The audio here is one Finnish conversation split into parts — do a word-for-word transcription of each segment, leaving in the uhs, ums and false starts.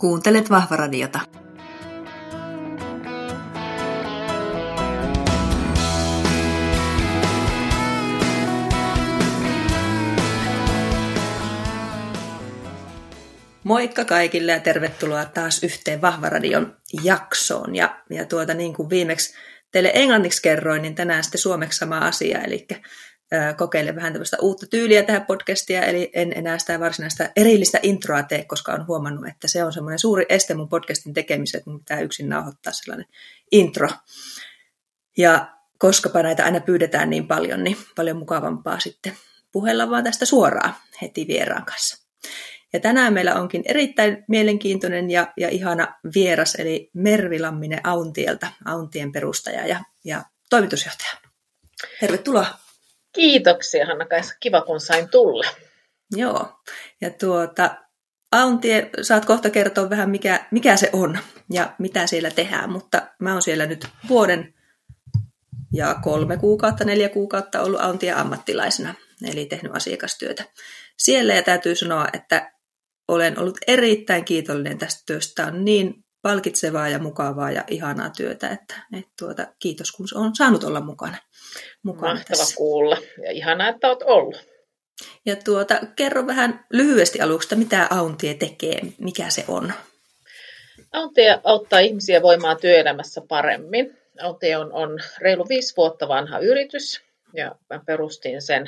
Kuuntelet Vahvaradiota. Moikka kaikille ja tervetuloa taas yhteen Vahvaradion jaksoon. Ja, ja tuota, niin kuin viimeksi teille englanniksi kerroin, niin tänään sitten suomeksi sama asia. Eli äh, kokeilen vähän tämmöistä uutta tyyliä tähän podcastia, eli en enää sitä varsinaista erillistä introa tee, koska olen huomannut, että se on semmoinen suuri este mun podcastin tekemiseen, että mun pitää yksin nauhoittaa sellainen intro. Ja koskapa näitä aina pyydetään niin paljon, niin paljon mukavampaa sitten puhella vaan tästä suoraan heti vieraan kanssa. Ja tänään meillä onkin erittäin mielenkiintoinen ja, ja ihana vieras, eli Mervi Lamminen Auntielta, Auntien perustaja ja, ja toimitusjohtaja. Tervetuloa. Kiitoksia, Hanna-Kaisa. Kiva, kun sain tulla. Joo. Ja tuota, Auntie, saat kohta kertoa vähän, mikä, mikä se on ja mitä siellä tehdään, mutta mä oon siellä nyt vuoden ja kolme kuukautta, neljä kuukautta ollut Auntien ammattilaisena, eli tehnyt asiakastyötä siellä. Ja täytyy sanoa, että olen ollut erittäin kiitollinen tästä työstä. Tämä on niin palkitsevaa ja mukavaa ja ihanaa työtä, että, että tuota, kiitos kun olen saanut olla mukana. mukana Mahtava tässä. kuulla ja ihanaa, että olet ollut. Ja tuota, kerro vähän lyhyesti aluksi, mitä Auntie tekee, mikä se on? Auntie auttaa ihmisiä voimaan työelämässä paremmin. Auntie on, on reilu viisi vuotta vanha yritys ja mä perustin sen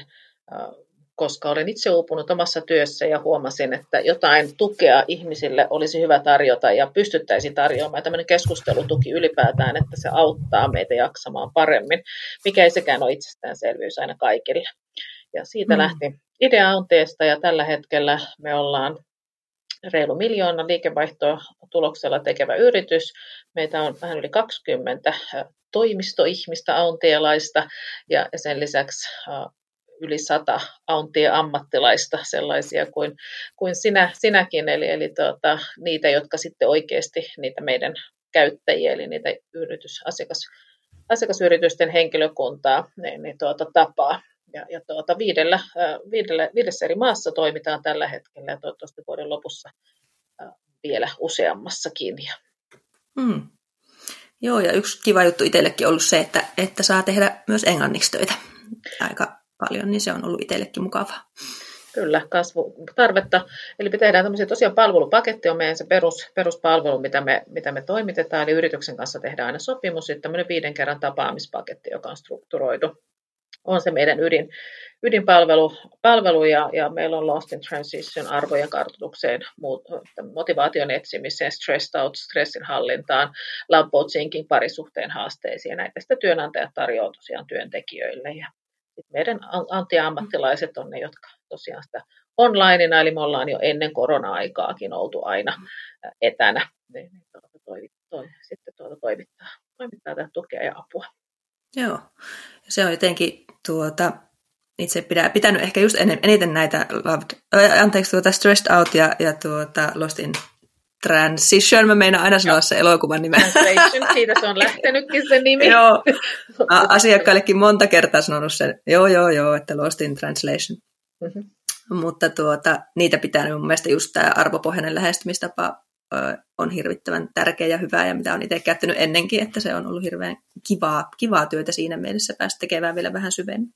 koska olen itse uupunut omassa työssä ja huomasin, että jotain tukea ihmisille olisi hyvä tarjota ja pystyttäisiin tarjoamaan. Tämmöinen keskustelutuki ylipäätään, että se auttaa meitä jaksamaan paremmin, mikä ei sekään ole itsestäänselvyys aina kaikille. Ja siitä mm. lähti idea Auntiesta ja tällä hetkellä me ollaan reilu miljoona liikevaihtoa tuloksella tekevä yritys. Meitä on vähän yli kaksikymmentä toimistoihmistä auntielaista ja sen lisäksi yli sata Auntien ammattilaista, sellaisia kuin, kuin sinä, sinäkin, eli, eli tuota, niitä, jotka sitten oikeasti niitä meidän käyttäjiä, eli niitä yritys, asiakas, asiakasyritysten henkilökuntaa, niin, niin tuota, tapaa. Ja, ja tuota, viidellä, viidellä, viidessä eri maassa toimitaan tällä hetkellä, ja toivottavasti vuoden lopussa vielä useammassakin. Hmm. Joo, ja yksi kiva juttu itsellekin on ollut se, että, että saa tehdä myös englanniksi töitä aika paljon, niin se on ollut itsellekin mukavaa. Kyllä, kasvutarvetta. Eli me tehdään tämmöisiä tosiaan palvelupaketti, on meidän se perus, peruspalvelu, mitä me, mitä me toimitetaan, eli yrityksen kanssa tehdään aina sopimus, sitten tämmöinen viiden kerran tapaamispaketti, joka on strukturoitu. On se meidän ydin, ydinpalvelu palvelu, ja, ja meillä on Lost in Transition arvojen kartoitukseen, motivaation etsimiseen, stressed out, stressin hallintaan, love coachingin, parisuhteen haasteisiin, ja näitä sitä työnantajat tarjoaa tosiaan työntekijöille. Ja meidän Auntie-ammattilaiset on ne, jotka tosiaan sitä onlineina, eli me ollaan jo ennen korona-aikaakin oltu aina etänä, niin tuota toi, toi, sitten tuota toimittaa, toimittaa tätä tukea ja apua. Joo, se on jotenkin tuota, itse pidä, pitänyt ehkä just eniten näitä loved, anteeksi, tuota stressed out ja, ja tuota lost in transition, mä meinaan aina sanoa se elokuvan nimen. Translation, siitä se on lähtenytkin se nimi. Joo, asiakkaillekin monta kertaa sanonut sen, joo joo joo, että lost in translation. Mm-hmm. Mutta tuota, niitä pitää mun mielestä just tämä arvopohjainen lähestymistapa ö, on hirvittävän tärkeä ja hyvä, ja mitä on itse käyttänyt ennenkin, että se on ollut hirveän kivaa, kivaa työtä siinä mielessä päästä tekemään vielä vähän syvemmin.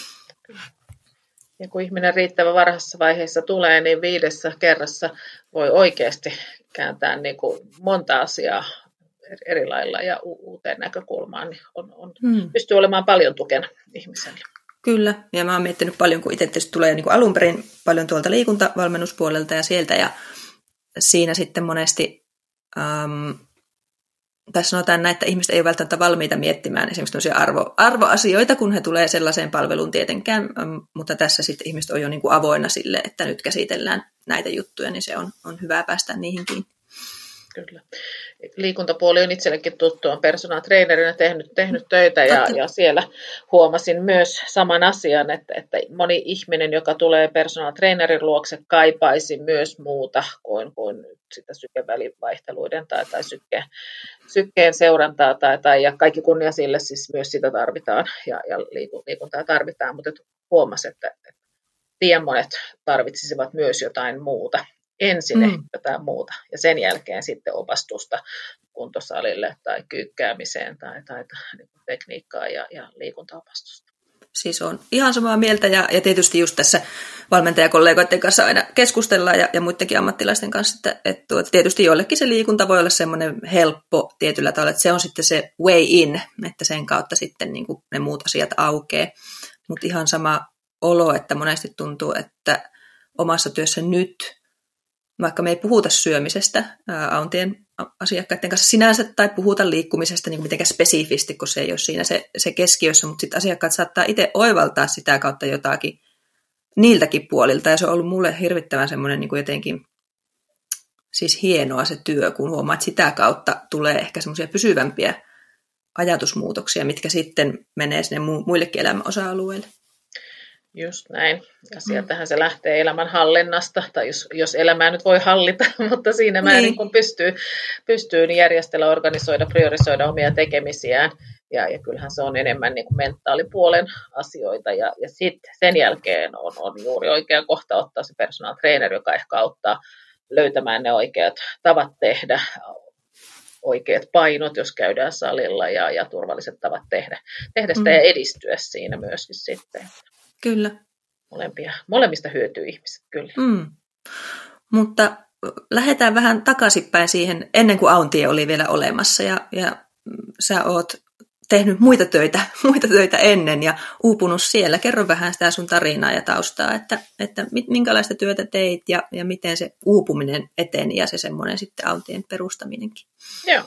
Ja kun ihminen riittävän varhaisessa vaiheessa tulee, niin viidessä kerrassa voi oikeasti kääntää niin kuin monta asiaa eri lailla ja u- uuteen näkökulmaan, niin on, on, hmm. pystyy olemaan paljon tukena ihmiselle. Kyllä, ja mä oon miettinyt paljon, kun itse tietysti tulee niin kuin alun perin paljon tuolta liikuntavalmennuspuolelta ja sieltä, ja siinä sitten monesti, ähm, tässä sanotaan näin, että ihmiset ei ole välttämättä valmiita miettimään esimerkiksi arvo, arvoasioita, kun he tulee sellaiseen palveluun tietenkään, ähm, mutta tässä sitten ihmiset on jo niin kuin avoinna sille, että nyt käsitellään näitä juttuja, niin se on, on hyvä päästä niihinkin. Kyllä. Liikuntapuoli on itsellekin tuttu, on personal trainerina tehnyt, tehnyt töitä ja, ja siellä huomasin myös saman asian, että, että moni ihminen, joka tulee personal trainerin luokse, kaipaisi myös muuta kuin, kuin sitä sykevälivaihteluiden tai, tai sykke, sykkeen seurantaa tai, tai ja kaikki kunnia sille, siis myös sitä tarvitaan ja, ja liikuntaa tarvitaan, mutta huomasi, että, että liian monet tarvitsisivat myös jotain muuta. ensin mm. ehkä jotain muuta ja sen jälkeen sitten opastusta kuntosalille tai kyykkäämiseen tai, tai, tai niin tekniikkaa ja, ja liikuntaopastusta. Siis on ihan samaa mieltä ja, ja tietysti just tässä valmentajakollegoiden kanssa aina keskustellaan ja, ja muidenkin ammattilaisten kanssa, että, että tietysti joillekin se liikunta voi olla semmoinen helppo tietyllä tavalla, että se on sitten se way in, että sen kautta sitten niin kuin ne muut asiat aukeaa, mutta ihan sama olo, että monesti tuntuu, että omassa työssä nyt, vaikka me ei puhuta syömisestä ää, Auntien asiakkaiden kanssa sinänsä tai puhuta liikkumisesta niin mitenkään spesifisti, kun se ei ole siinä se, se keskiössä, mutta sitten asiakkaat saattaa itse oivaltaa sitä kautta jotakin niiltäkin puolilta, ja se on ollut mulle hirvittävän semmoinen niin kuin jotenkin siis hienoa se työ, kun huomaa, että sitä kautta tulee ehkä semmoisia pysyvämpiä ajatusmuutoksia, mitkä sitten menee sinne muillekin elämän osa-alueille. Just näin. Ja sieltähän se lähtee elämän hallinnasta, tai jos, jos elämää nyt voi hallita, mutta siinä määrin niin. kun pystyy, pystyy niin järjestellä, organisoida, priorisoida omia tekemisiään. Ja, ja kyllähän se on enemmän niin kuin mentaalipuolen asioita. Ja, ja sitten sen jälkeen on, on juuri oikea kohta ottaa se personal trainer, joka ehkä auttaa löytämään ne oikeat tavat tehdä, oikeat painot, jos käydään salilla, ja, ja turvalliset tavat tehdä, tehdä sitä mm. ja edistyä siinä myöskin sitten. Kyllä. Molempia, molemmista hyötyy ihmiset, kyllä. Mm. Mutta lähdetään vähän takaisinpäin siihen, ennen kuin Auntie oli vielä olemassa, ja, ja sä oot tehnyt muita töitä, muita töitä ennen ja uupunut siellä. Kerro vähän sitä sun tarinaa ja taustaa, että, että minkälaista työtä teit ja, ja miten se uupuminen eteni ja se semmoinen sitten Auntien perustaminenkin. Joo.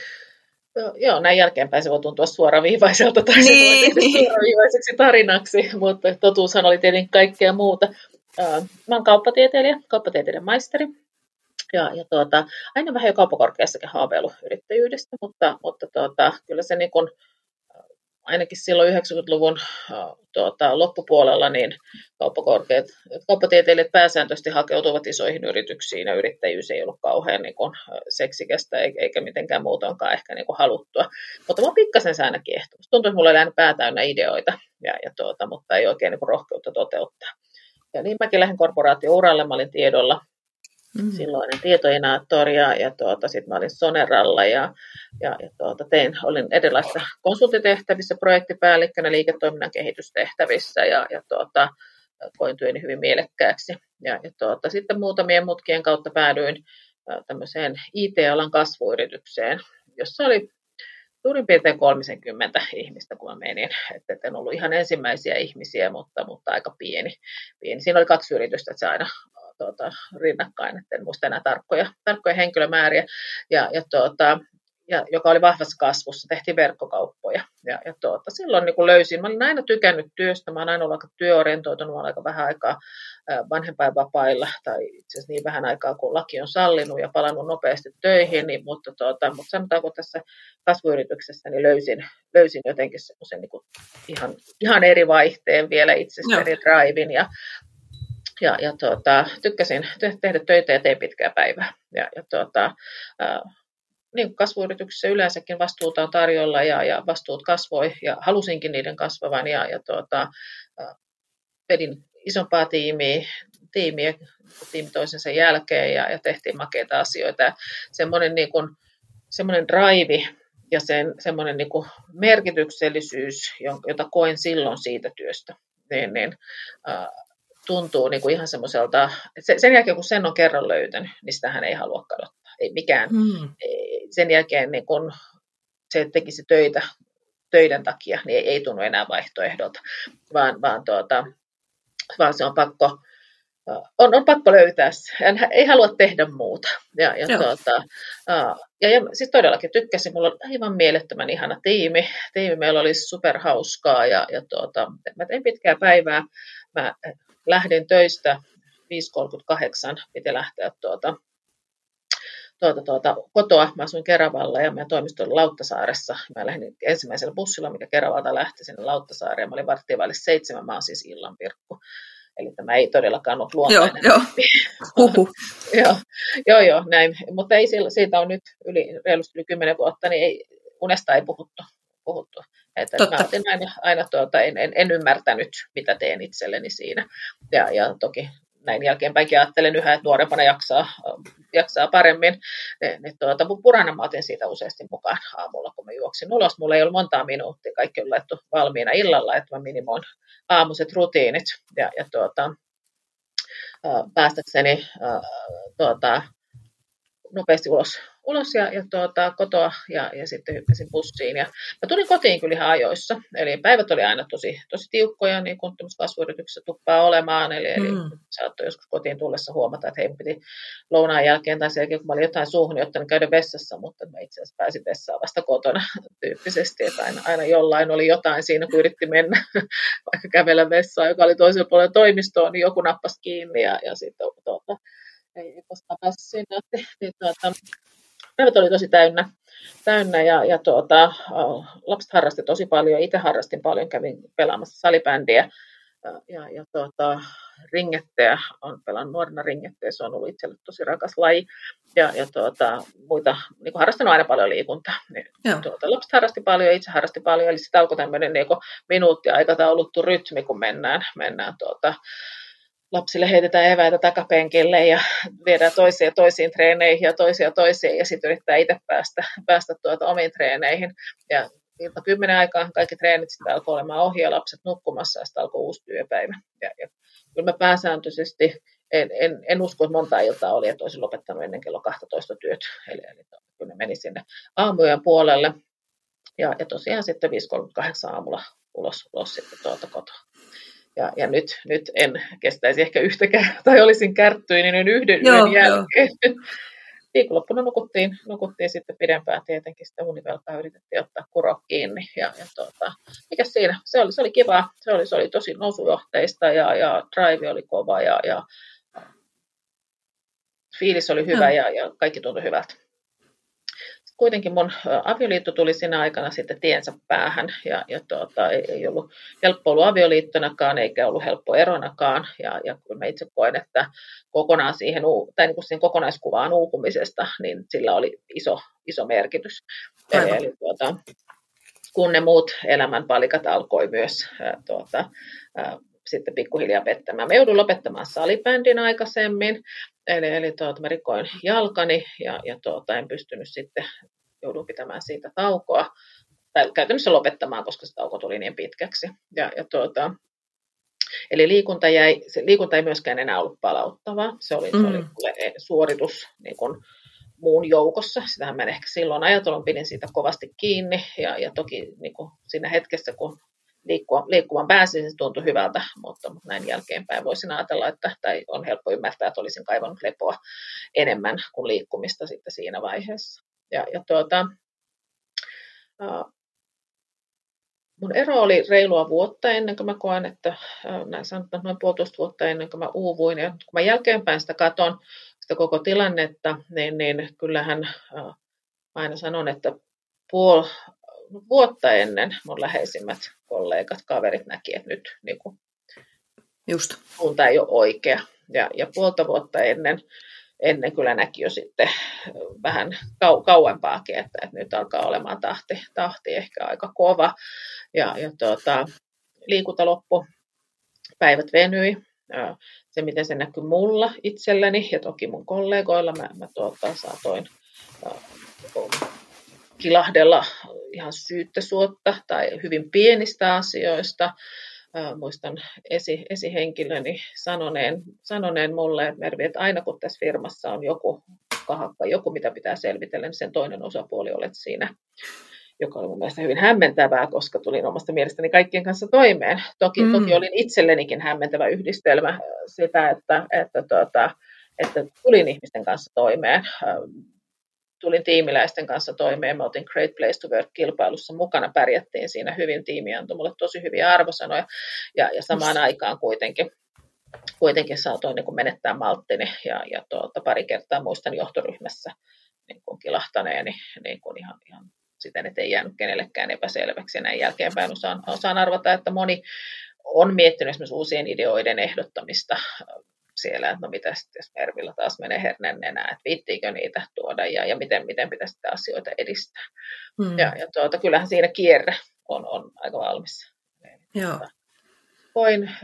Joo, näin jälkeenpäin se voi tuntua suoraviivaiselta tai niin, se voi tehdä suoraviivaiseksi tarinaksi, mutta totuushan oli tietenkin kaikkea muuta. Mä oon kauppatieteilijä, kauppatieteiden maisteri, ja, ja tuota, aina vähän jo kauppakorkeassakin haaveillut yrittäjyydestä, mutta, mutta tuota, kyllä se niin kun, ainakin silloin yhdeksänkymmentäluvun tuota, loppupuolella niin kauppakorkeat, kauppatieteilijät pääsääntöisesti hakeutuvat isoihin yrityksiin ja yrittäjyys ei ollut kauhean niin kuin, seksikästä eikä mitenkään muutoinkaan ehkä niin kuin, haluttua. Mutta mä pikkasen se aina kiehtomus. Tuntuu, että mulla oli aina pää täynnä ideoita, ja, ja tuota, mutta ei oikein niin kuin, rohkeutta toteuttaa. Ja niin mäkin lähdin korporaatio-uralle, mä olin tiedolla. Mm. Silloinen tietoinaattori ja, ja tuota, sitten mä olin Soneralla ja, ja, ja tuota, tein, olin erilaisissa konsulttitehtävissä, projektipäällikkönä, liiketoiminnan kehitystehtävissä ja, ja tuota, koin työni hyvin mielekkääksi. Ja, ja tuota, sitten muutamien mutkien kautta päädyin tämmöiseen I T-alan kasvuyritykseen, jossa oli suurin piirtein kolmekymmentä ihmistä, kun mä menin. Että en ollut ihan ensimmäisiä ihmisiä, mutta, mutta aika pieni. pieni. Siinä oli kaksi yritystä, että se aina tuota, rinnakkain, että en muista enää tarkkoja, tarkkoja henkilömääriä, ja, ja, tuota, ja, joka oli vahvassa kasvussa, tehtiin verkkokauppoja. Ja, ja tuota, silloin niin kun löysin, mä olin aina tykännyt työstä, mä olen aina ollut aika työorientoitunut, mä olen aika vähän aikaa vanhempainvapailla, tai itse asiassa niin vähän aikaa, kun laki on sallinut ja palannut nopeasti töihin, niin, mutta, tuota, mutta sanotaanko tässä kasvuyrityksessä, niin löysin, löysin jotenkin semmoisen niin kuin ihan, ihan eri vaihteen vielä itsestäni, driven, ja Ja, ja tuota, tykkäsin tehdä töitä ja tein pitkää päivää. Ja, ja tuota, ää, niin kasvuyrityksessä yleensäkin vastuuta on tarjolla ja, ja vastuut kasvoi ja halusinkin niiden kasvavan. Ja, ja tuota, ää, vedin isompaa tiimiä, tiimiä tiimi toisensa jälkeen ja, ja tehtiin makeita asioita. Ja semmoinen, niin kuin, semmoinen drive ja sen, semmoinen niin kuin merkityksellisyys, jota koin silloin siitä työstä, niin, niin ää, tuntuu niin kuin ihan semmoiselta, sen jälkeen kun sen on kerran löytänyt, niin sitähän ei halua kadottaa. Ei mikään. Mm. Sen jälkeen niin kun se tekisi töitä töiden takia, niin ei, ei tunnu enää vaihtoehdolta, vaan, vaan, tuota, vaan se on pakko, on, on pakko löytää se. Ei halua tehdä muuta. Ja, ja, tuota, ja, ja siis todellakin tykkäsin. Mulla oli aivan mielettömän ihana tiimi. tiimi meillä oli superhauskaa ja, ja tuota, mä tein pitkää päivää. Mä lähdin töistä viisi kolmekymmentäkahdeksan, piti lähteä tuota, tuota, tuota, kotoa. Mä asuin Keravalla ja meidän toimisto oli Lauttasaaressa. Mä lähdin ensimmäisellä bussilla, mikä Keravalta lähti sinne Lauttasaareen. Mä olin varttiin välissä seitsemän, mä oon siis illanpirkku. Eli tämä ei todellakaan ole luontainen. Joo, joo. joo, joo, joo, näin. Mutta ei, siitä on nyt yli, reilusti yli kymmenen vuotta, niin ei, unesta ei puhuttu. puhuttu. Että mä aina, aina tuota, en, en, en ymmärtänyt, mitä teen itselleni siinä. Ja, ja toki näin jälkeenpäinkin ajattelen yhä, että nuorempana jaksaa, jaksaa paremmin. Niin, niin tuota, purana mä otin siitä useasti mukaan aamulla, kun mä juoksin ulos. Mulla ei ollut montaa minuuttia, kaikki on laittu valmiina illalla, että mä minimoin aamuiset rutiinit. Ja, ja tuota, päästäkseni tuota, nopeasti ulos, ulos ja, ja tuota, kotoa ja, ja sitten hyppäsin bussiin. Ja mä tulin kotiin kyllä ihan ajoissa. Eli päivät oli aina tosi, tosi tiukkoja, niin kuin kasvuyrityksessä tuppaa olemaan. Eli, mm. eli saattoi joskus kotiin tullessa huomata, että hei, piti lounaan jälkeen tai sen jälkeen, kun mä olin jotain suuhun, niin ottanut käydä vessassa, mutta mä itse asiassa pääsin vessaan vasta kotona tyyppisesti. Että aina, aina jollain oli jotain siinä, kun yritti mennä vaikka kävellä vessaan, joka oli toisella puolella toimistoon, niin joku nappasi kiinni ja, ja sitten tuota, ei koskaan päässyt sinne. Niin, tuota, päivät oli tosi täynnä, täynnä ja, ja tuota, lapset harrasti tosi paljon, itse harrastin paljon, kävin pelaamassa salibändiä ja, ja tuota, ringetteä, olen pelannut nuorena ringetteä, se on ollut itselle tosi rakas laji ja, ja tuota, muita, niin kuin harrastanut aina paljon liikuntaa. Niin, tuota, lapset harrasti paljon, itse harrasti paljon, eli sitten alkoi tämmöinen niin minuuttiaikatauluttu rytmi, kun mennään, mennään tuota, lapsille heitetään eväitä takapenkille ja viedään toisia toisiin treeneihin ja toisia toisiin ja sitten yrittää itse päästä, päästä tuota omiin treeneihin. Ja ilta kymmenen aikaan kaikki treenit sitten alkoi olemaan ohi ja lapset nukkumassa ja sitten alkoi uusi työpäivä. Ja, ja kyllä mä pääsääntöisesti, en, en, en usko, että monta iltaa oli, että olisin lopettanut ennen kello kaksitoista työt. Eli, eli kyllä ne meni sinne aamuyön puolelle ja, ja tosiaan sitten viisi kolmekymmentäkahdeksan aamulla ulos, ulos sitten tuolta kotoa. Ja, ja nyt, nyt en kestäisi ehkä yhtäkään, tai olisin kärttyinen niin yhden joo, yön jälkeen. Viikonloppuna nukuttiin, nukuttiin sitten pidempään tietenkin, sitä univelkaa yritettiin ottaa kuro kiinni. Ja, ja tuota, mikä siinä? Se oli, se oli kiva, se oli, se oli tosi nousujohteista ja, ja drive oli kova ja, ja fiilis oli hyvä ja, ja kaikki tuntui hyvältä. Kuitenkin mun avioliitto tuli siinä aikana sitten tiensä päähän ja, ja tuota, ei, ei ollut helppo ollut avioliittonakaan eikä ollut helppo eronakaan. Ja, ja kun mä itse koen, että kokonaan siihen, tai niin kuin siihen kokonaiskuvaan uupumisesta, niin sillä oli iso, iso merkitys. Eli, eli tuota, kun ne muut elämän palikat alkoi myös ää, tuota, ää, sitten pikkuhiljaa pettämään. Mä joudun lopettamaan salibändin aikaisemmin, eli, eli tuota, mä rikoin jalkani ja, ja tuota, en pystynyt sitten, joudun pitämään siitä taukoa, tai käytännössä lopettamaan, koska se tauko tuli niin pitkäksi. Ja, ja tuota, eli liikunta, jäi, se, liikunta ei myöskään enää ollut palauttavaa, se oli, mm. se oli suoritus niin kuin muun joukossa. Sitähän mä en ehkä silloin ajatellut, pidin siitä kovasti kiinni ja, ja toki niin kuin siinä hetkessä, kun Liikkua, liikkuvan pääsin, se tuntui hyvältä, mutta, mutta näin jälkeenpäin voisin ajatella, että tai on helppo ymmärtää, että olisin kaivannut lepoa enemmän kuin liikkumista sitten siinä vaiheessa. Ja, ja tuota, uh, mun ero oli reilua vuotta ennen kuin mä koen, että uh, näin sanotaan noin puolitoista vuotta ennen kuin mä uuvuin. Ja kun mä jälkeenpäin sitä katon, sitä koko tilannetta, niin, niin kyllähän uh, aina sanon, että puol vuotta ennen mun läheisimmät kollegat, kaverit näki, että nyt niin kuin, just suunta ei ole oikea. Ja, ja puolta vuotta ennen, ennen kyllä näki jo sitten vähän kau, kauempaakin, että, että nyt alkaa olemaan tahti, tahti ehkä aika kova. Ja, ja tuota, liikunta loppu, päivät venyi. Se, miten se näkyy mulla itselläni ja toki mun kollegoilla, mä, mä tuota, saatoin kilahdella ihan syyttä suotta tai hyvin pienistä asioista. Äh, muistan esi, esihenkilöni sanoneen, sanoneen mulle, että Mervi, että aina kun tässä firmassa on joku kahakka, joku mitä pitää selvitellä, niin sen toinen osapuoli olet siinä, joka oli mun mielestä hyvin hämmentävää, koska tulin omasta mielestäni kaikkien kanssa toimeen. Toki, mm. toki olin itsellenikin hämmentävä yhdistelmä sitä, että, että, tuota, että tulin ihmisten kanssa toimeen. Tulin tiimiläisten kanssa toimeen, me oltiin Great Place to Work-kilpailussa mukana, pärjättiin siinä hyvin, tiimi antoi mulle tosi hyviä arvosanoja, ja, ja samaan aikaan kuitenkin, kuitenkin saatoin niin kuin menettää malttini, ja, ja tuolta pari kertaa muistan johtoryhmässä niin kuin kilahtaneeni niin kuin ihan, ihan siten, että ei jäänyt kenellekään epäselväksi, ja näin jälkeenpäin osaan, osaan arvata, että moni on miettinyt esimerkiksi uusien ideoiden ehdottamista, siellä, että no mitä sitten, jos Mervillä taas menee hernen nenään, että viittiinkö niitä tuoda ja, ja miten, miten pitäisi sitä asioita edistää. Hmm. Ja, ja tuota, kyllähän siinä kierre on, on aika valmis. Joo. Koin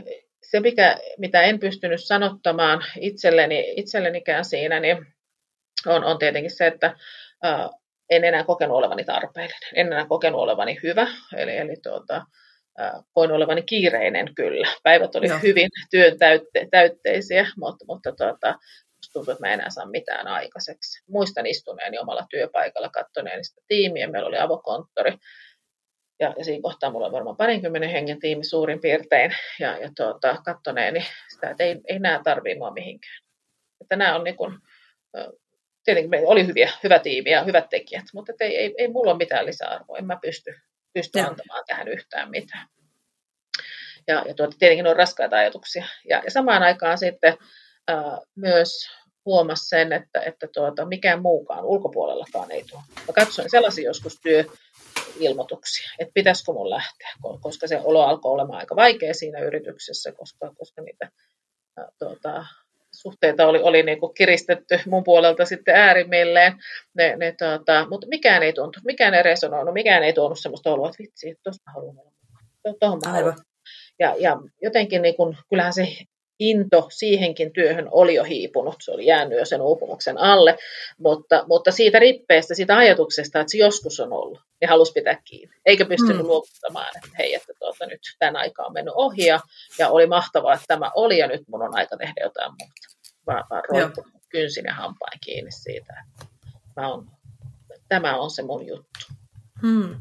se, mikä, mitä en pystynyt sanottamaan itselleni, itsellenikään siinä, niin on, on tietenkin se, että ää, en enää kokenut olevani tarpeellinen, en enää kokenut olevani hyvä, eli, eli tuota, ää, koin olevani kiireinen kyllä. Päivät oli Joo. hyvin työn täytte, täytteisiä, mutta, mutta tuota, tuntui, että mä en enää saa mitään aikaiseksi. Muistan istuneeni omalla työpaikalla, katsoneeni sitä tiimiä, meillä oli avokonttori, ja, ja siinä kohtaa mulla on varmaan parinkymmenen hengen tiimi suurin piirtein, ja, ja tuota, katsoneeni sitä, että ei, ei nämä tarvitse mua mihinkään. Että nämä on niin kuin, tietenkin meillä oli hyviä, hyvä tiimi ja hyvät tekijät, mutta ei, ei, ei mulla ole mitään lisäarvoa, en mä pysty, pysty antamaan tähän yhtään mitään. Ja, ja tuota, tietenkin on raskaita ajatuksia. Ja, ja samaan aikaan sitten ää, myös huomasi sen, että, että tuota, mikään muukaan ulkopuolellakaan ei tule. Mä katsoin sellaisia joskus työilmoituksia, että pitäisikö mun lähteä, koska se olo alkoi olemaan aika vaikea siinä yrityksessä, koska, koska niitä ää, tuota, suhteita oli, oli niin kuin kiristetty mun puolelta sitten äärimmilleen, ne, ne, tuota, mutta mikään ei tuntunut, mikään ei resonoinut, mikään ei tuonut semmoista oloa, että vitsi, että tuossa mä haluan olla mukana, tuohon mä haluan. Ja, ja jotenkin niin kun, kyllähän se into siihenkin työhön oli jo hiipunut, se oli jäänyt jo sen uupumuksen alle, mutta, mutta siitä rippeestä, siitä ajatuksesta, että se joskus on ollut, niin halusi pitää kiinni, eikä pystynyt mm. luovuttamaan, että hei, että tuota, nyt tämän aika on mennyt ohi, ja, ja oli mahtavaa, että tämä oli, ja nyt mun on aika tehdä jotain muuta, vaan, vaan roikkuu kynsin ja hampain kiinni siitä, että mä on, tämä on se mun juttu. Hmm.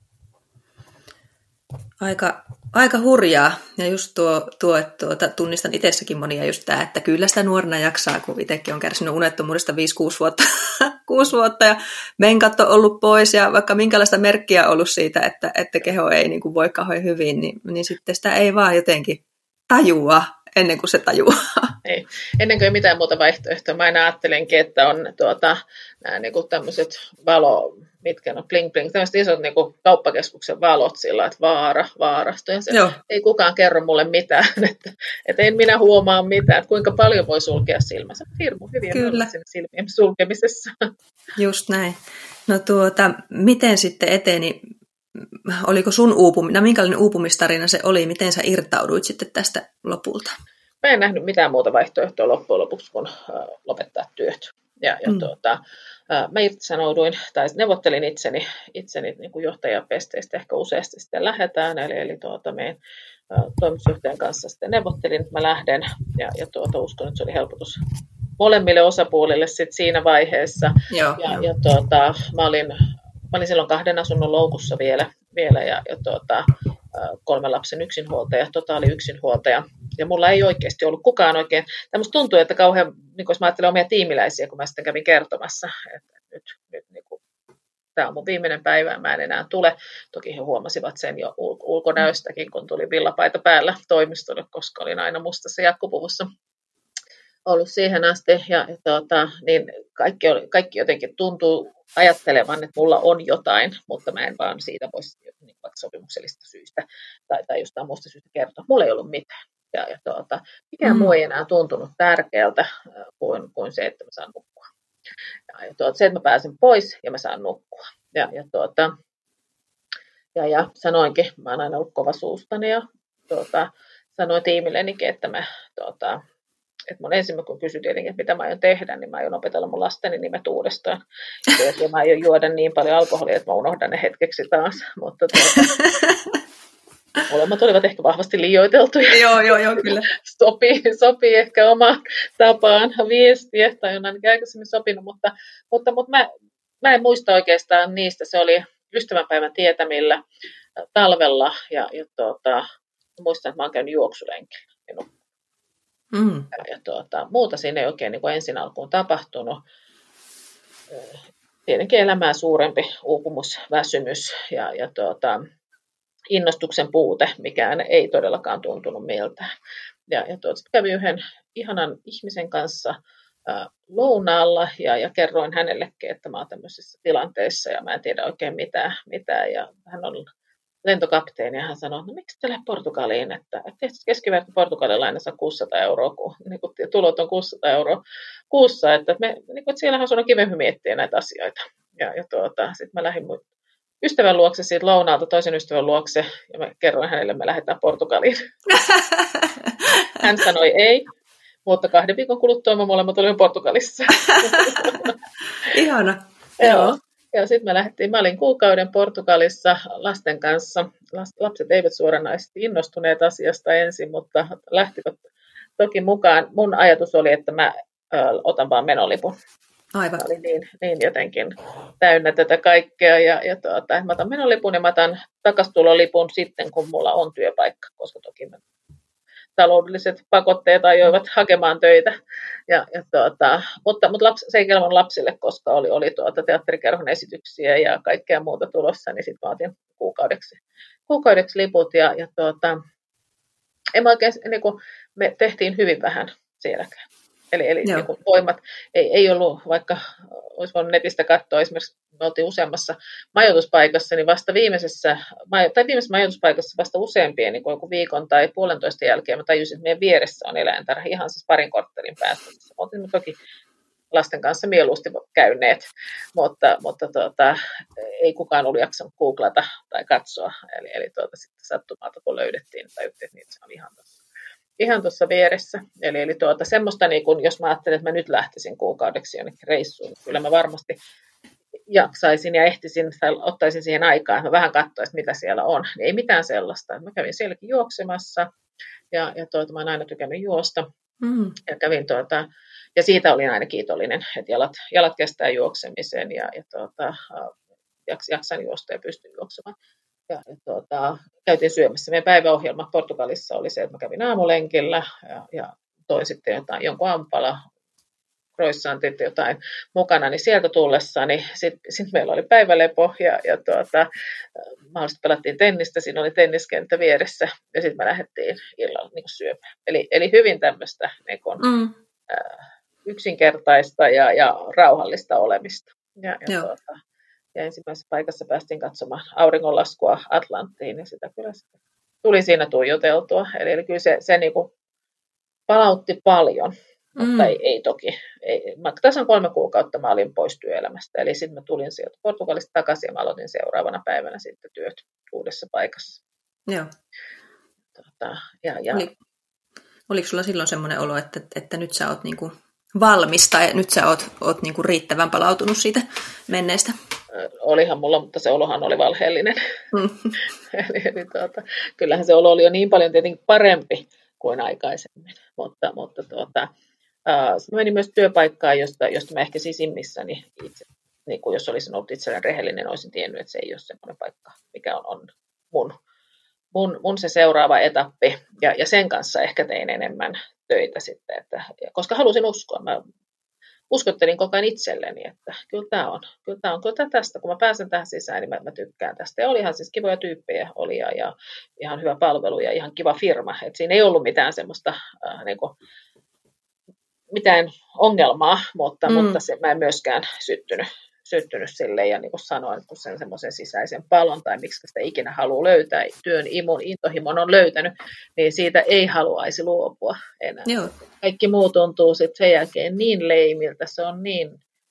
Aika, aika hurjaa. Ja just tuo, tuo että tuota, tunnistan itsessäkin monia just tämä, että kyllä sitä nuorena jaksaa, kun itsekin on kärsinyt unettomuudesta viisi kuusi vuotta, kuusi vuotta ja menkat on ollut pois ja vaikka minkälaista merkkiä on ollut siitä, että, että keho ei niin kuin voi kauhean hyvin, niin, niin sitten sitä ei vaan jotenkin tajua ennen kuin se tajuaa. Ei. Ennen kuin ei mitään muuta vaihtoehtoa. Mä aina ajattelenkin, että on tuota, nämä niin kuin tämmöiset valo, mitkä on bling bling, tämmöiset isot niin kuin kauppakeskuksen valot sillä, että vaara, vaarasto. Ja se, ei kukaan kerro mulle mitään, että, että en minä huomaa mitään, että kuinka paljon voi sulkea silmänsä. Hirmu hyviä siinä silmien sulkemisessa. Just näin. No tuota, miten sitten eteni, oliko sun uupuminen, minkälainen uupumistarina se oli, miten sä irtauduit sitten tästä lopulta? Mä en nähnyt mitään muuta vaihtoehtoa loppujen lopuksi kuin lopettaa työt. Ja, ja mm. tuota, mä irtisanouduin, tai neuvottelin itseni, itseni niin kuin johtajapesteistä, ehkä useasti sitten lähdetään, eli, eli tuota, meidän toimitusjohtajan kanssa sitten neuvottelin, että mä lähden, ja, ja tuota, uskon, että se oli helpotus molemmille osapuolille sitten siinä vaiheessa. Joo, ja jo. ja tuota, mä, olin, mä olin silloin kahden asunnon loukussa vielä, vielä ja, ja tuota, kolmen lapsen yksinhuoltaja, totaali yksinhuoltaja. Ja mulla ei oikeasti ollut kukaan oikein. Tämmöistä tuntuu, että kauhean, niin jos mä ajattelen omia tiimiläisiä, kun mä sitten kävin kertomassa, että nyt, nyt niin kuin, tämä on mun viimeinen päivä ja mä en enää tule. Toki he huomasivat sen jo ul- ulkonäöstäkin, kun tuli villapaita päällä toimistolle, koska olin aina mustassa jakkupuvussa ollut siihen asti. Ja, ja tuota, niin kaikki, oli, kaikki jotenkin tuntuu ajattelevan, että mulla on jotain, mutta mä en vaan siitä voisi niin vaikka sopimuksellisista syistä tai, tai jostain muusta syystä kertoa. Mulla ei ollut mitään. Ja, ja tuota, mikään mm. muu ei enää tuntunut tärkeältä kuin, kuin se, että mä saan nukkua. Ja, ja tuota, se, että mä pääsen pois ja mä saan nukkua. Ja, ja, tuota, ja, ja sanoinkin, mä oon aina ollut kova suustani ja tuota, sanoin tiimillenikin, että mä tuota, että mun ensimmäinen, kun kysyi tietenkin, että mitä mä aion tehdä, niin mä aion opetella mun lasteni nimet uudestaan. Ja mä aion juoda niin paljon alkoholia, että mä unohdan ne hetkeksi taas. Mutta tuota, molemmat olivat ehkä vahvasti liioiteltuja. Joo, joo, joo, kyllä. Sopii, sopii ehkä omaan tapaan viestiä, tai on ainakin aikaisemmin sopinut, mutta, mutta, mutta mä, mä en muista oikeastaan niistä. Se oli ystävänpäivän tietämillä talvella, ja, ja tuota, muistan, että mä oon käynyt juoksulenkillä. Mm. Ja, ja tuota, muuta siinä ei oikein niin kuin ensin alkuun tapahtunut. Tietenkin elämää suurempi uupumus, väsymys ja, ja tuota, innostuksen puute, mikään ei todellakaan tuntunut miltään. Ja, ja tuota, kävin yhden ihanan ihmisen kanssa ää, lounaalla ja, ja kerroin hänellekin, että mä oon tämmöisessä tilanteessa ja mä en tiedä oikein mitään. mitään. Ja hän on lentokapteeni ja hän sanoi, no miksi te lähdet Portugaliin, että, että keskiverto Portugalilla aina saa kuusisataa euroa, kun niin kun tulot on kuusisataa euroa kuussa, että, me, niin kun, että siellähän on kivempi miettiä näitä asioita. Ja, ja tuota, sitten mä lähdin ystävän luokse siitä lounaalta toisen ystävän luokse, ja mä kerroin hänelle, että me lähdetään Portugaliin. Hän sanoi ei, mutta kahden viikon kuluttua me molemmat olimme Portugalissa. Ihana. Joo. Ja sitten me lähdettiin, mä olin kuukauden Portugalissa lasten kanssa. Lapset eivät suoranaisesti innostuneet asiasta ensin, mutta lähtivät toki mukaan. Mun ajatus oli, että mä ö, otan vaan menolipun. Aivan. Mä olin niin, niin jotenkin täynnä tätä kaikkea. Ja, ja tuota, mä otan menolipun ja mä otan takastulolipun sitten, kun mulla on työpaikka, koska toki mä taloudelliset pakotteet ajoivat hakemaan töitä. Ja, ja tuota, mutta mutta lapsi, se ei kelvannut lapsille, koska oli, oli tuota teatterikerhon esityksiä ja kaikkea muuta tulossa, niin sitten mä otin kuukaudeksi, kuukaudeksi liput. Ja, ja tuota, en mä oikein, niin kuin, me tehtiin hyvin vähän sielläkään. Eli, eli niin kuin voimat ei, ei ollut, vaikka olisi voinut netistä katsoa, esimerkiksi me oltiin useammassa majoituspaikassa, niin vasta viimeisessä, tai viimeisessä majoituspaikassa vasta useampien, niin kuin joku viikon tai puolentoista jälkeen, mä tajusin, että meidän vieressä on eläintarha ihan siis parin korttelin päästä. Oltiin toki lasten kanssa mieluusti käyneet, mutta, mutta tuota, ei kukaan ollut jaksanut googlata tai katsoa. Eli, eli tuota, sitten sattumalta, kun löydettiin, tai että se on ihan tuossa. Ihan tuossa vieressä. Eli, eli tuota, semmoista, niin kun, jos mä ajattelen, että mä nyt lähtisin kuukaudeksi jonnekin reissuun, niin kyllä mä varmasti jaksaisin ja ehtisin tai ottaisin siihen aikaa, että mä vähän katsoisin, mitä siellä on. Niin ei mitään sellaista. Mä kävin sielläkin juoksemassa ja, ja tuota, mä oon aina tykännyt juosta. Mm. Ja, kävin, tuota, ja siitä olin aina kiitollinen, että jalat, jalat kestää juoksemisen ja, ja tuota, jaksan juosta ja pystyn juoksemaan. Ja, ja tuota, käytiin syömässä. Meidän päiväohjelma Portugalissa oli se, että mä kävin aamulenkillä ja, ja toin sitten jotain, jonkun ampala, croissantit jotain mukana, niin sieltä tullessani sitten sit meillä oli päivälepo ja, ja tuota, mahdollisesti pelattiin tennistä, siinä oli tenniskenttä vieressä ja sitten me lähdettiin illalla niin syömään. Eli, eli hyvin tämmöistä niin kun, mm. äh, yksinkertaista ja, ja rauhallista olemista. Ja, ja tuota, Ja ensimmäisessä paikassa päästiin katsomaan auringonlaskua Atlanttiin, ja sitä kyllä tuli siinä tuijoteltua. Eli, eli kyllä se, se niin kuin palautti paljon, mm. mutta ei, ei toki. Ei, mä, tasan kolme kuukautta mä olin pois työelämästä, eli sitten mä tulin sieltä Portugalista takaisin, ja mä aloitin seuraavana päivänä sitten työt uudessa paikassa. Joo. Tota, ja, ja... Oli, oliko sulla silloin semmoinen olo, että, että nyt sä oot niinku valmis, tai nyt sä oot, oot niinku riittävän palautunut siitä menneestä? Olihan mulla, mutta se olohan oli valheellinen. Mm. eli, eli tuota, kyllähän se olo oli jo niin paljon tietenkin parempi kuin aikaisemmin. Mutta, mutta tuota, äh, menin myös työpaikkaan, josta, josta mä ehkä sisimmissäni itse, niin kuin jos olisin ollut itselleen rehellinen, olisin tiennyt, että se ei ole semmoinen paikka, mikä on, on mun, mun, mun se seuraava etappi. Ja, ja sen kanssa ehkä tein enemmän töitä sitten, että, koska halusin uskoa. Mä uskottelin koko ajan itselleni, että kyllä tämä on, kyllä tämä on, kyllä tämä tästä, kun mä pääsen tähän sisään, niin mä, mä tykkään tästä. Ja olihan siis kivoja tyyppejä, oli ja, ja ihan hyvä palvelu ja ihan kiva firma, että siinä ei ollut mitään semmoista, äh, niin kuin, mitään ongelmaa, mutta, mm. mutta se, mä en myöskään syttynyt, syttynyt silleen, ja niin kuin sanoin, kun sen semmoisen sisäisen palon, tai miksi sitä ikinä haluaa löytää, työn imun, intohimon on löytänyt, niin siitä ei haluaisi luopua enää. Joo. Kaikki muu tuntuu sitten sen jälkeen niin leimiltä, se on niin,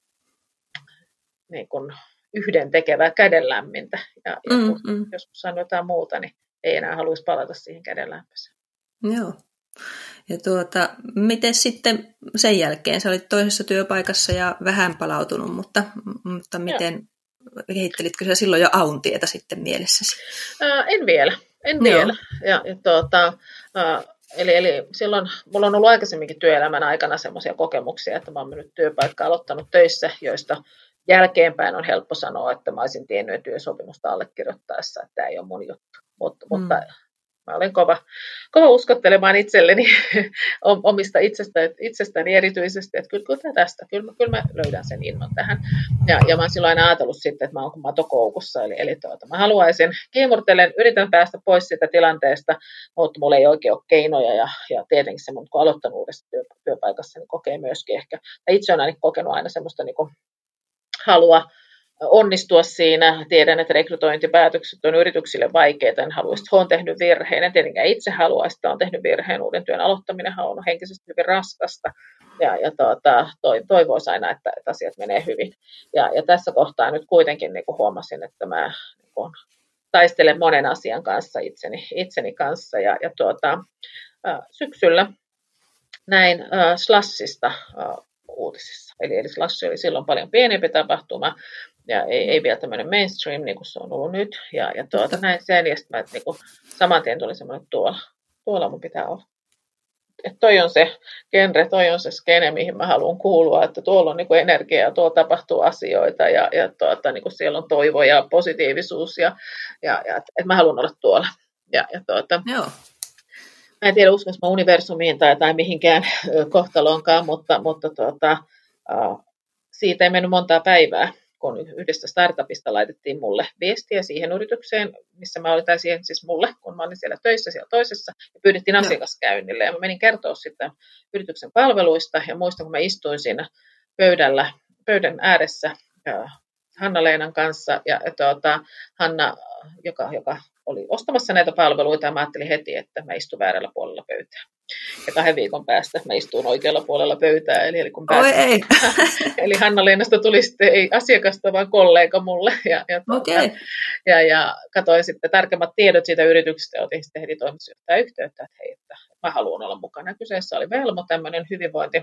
niin kuin yhdentekevää kädenlämmintä, ja, ja mm, mm. jos sanoo jotain muuta, niin ei enää haluaisi palata siihen kädenlämpöiseen. Joo. Ja tuota, miten sitten sen jälkeen? Sä olit toisessa työpaikassa ja vähän palautunut, mutta, mutta miten Joo. kehittelitkö sä silloin jo Auntietä sitten mielessäsi? Ää, en vielä, en Joo. vielä. Ja, ja tuota, ää, eli, eli silloin mulla on ollut aikaisemminkin työelämän aikana semmoisia kokemuksia, että mä oon mennyt työpaikkaa aloittanut töissä, joista jälkeenpäin on helppo sanoa, että mä olisin tiennyt työsopimusta allekirjoittaessa, että tämä ei ole mun juttu, mutta, mm. mutta mä olen kova, kova uskottelemaan itselleni omista itsestäni, itsestäni erityisesti, että kyllä, kyllä tästä, kyllä, kyllä mä löydän sen innon tähän. Ja, ja mä oon silloin aina ajatellut sitten, että mä oon matokoukussa, eli, eli tuota, mä haluaisin, kiemurtelen, yritän päästä pois siitä tilanteesta, mutta mulla ei oikein ole keinoja, ja, ja tietenkin semmoinen, kun aloittanut uudessa työ, työpaikassa, niin kokee myöskin ehkä, ja itse olen aina kokenut aina semmoista niin kuin halua onnistua siinä. Tiedän, että rekrytointipäätökset on yrityksille vaikeita, en haluaisi, että olen tehnyt virheen. En tietenkään itse halua, että olen tehnyt virheen. Uuden työn aloittaminenhan on henkisesti hyvin raskasta. Ja, ja tuota, toivoisi aina, että, että asiat menee hyvin. Ja, ja tässä kohtaa nyt kuitenkin niin kuin huomasin, että mä niin kuin taistelen monen asian kanssa itseni, itseni kanssa. Ja, ja tuota, syksyllä näin äh, Slashista äh, uutisissa. Eli, eli Slash oli silloin paljon pienempi tapahtuma ja ei, ei vielä tämmöinen mainstream, niin kuin se on ollut nyt. Ja, ja tuota, näin sen, ja sitten niin kuin, saman tien tuli semmoinen, tuolla, tuolla mun pitää olla. Että toi on se genre, toi on se skene, mihin mä haluan kuulua, että tuolla on niin kuin energiaa, tuolla tapahtuu asioita ja, ja tuota, niin kuin siellä on toivo ja positiivisuus ja, ja, ja että mä haluan olla tuolla. Ja, ja tuota, Joo. Mä en tiedä, uskonko mä universumiin tai, tai mihinkään kohtaloonkaan, mutta, mutta tuota, siitä ei mennyt montaa päivää, kun yhdestä startupista laitettiin mulle viestiä siihen yritykseen, missä mä olin, tai siihen siis mulle, kun mä olin siellä töissä siellä toisessa, ja pyydettiin asiakaskäynnille. Ja mä menin kertoa sitten yrityksen palveluista, ja muistan, kun mä istuin siinä pöydällä, pöydän ääressä Hanna-Leenan kanssa, ja tuota, Hanna, joka, joka oli ostamassa näitä palveluita, ja mä ajattelin heti, että mä istun väärällä puolella pöytää. Ja kahden viikon päästä mä istuin oikealla puolella pöytää. Eli, eli, kun pääsin, Oi, ei. eli Hanna-Leenasta tuli sitten ei asiakasta, vaan kollega mulle. Ja, ja, okay. ja, ja katsoin sitten tarkemmat tiedot siitä yrityksestä, ja otin sitten heti toimitusjohtajan yhteyttä, että hei, että mä haluan olla mukana. Kyseessä oli Velmo, tämmöinen hyvinvointi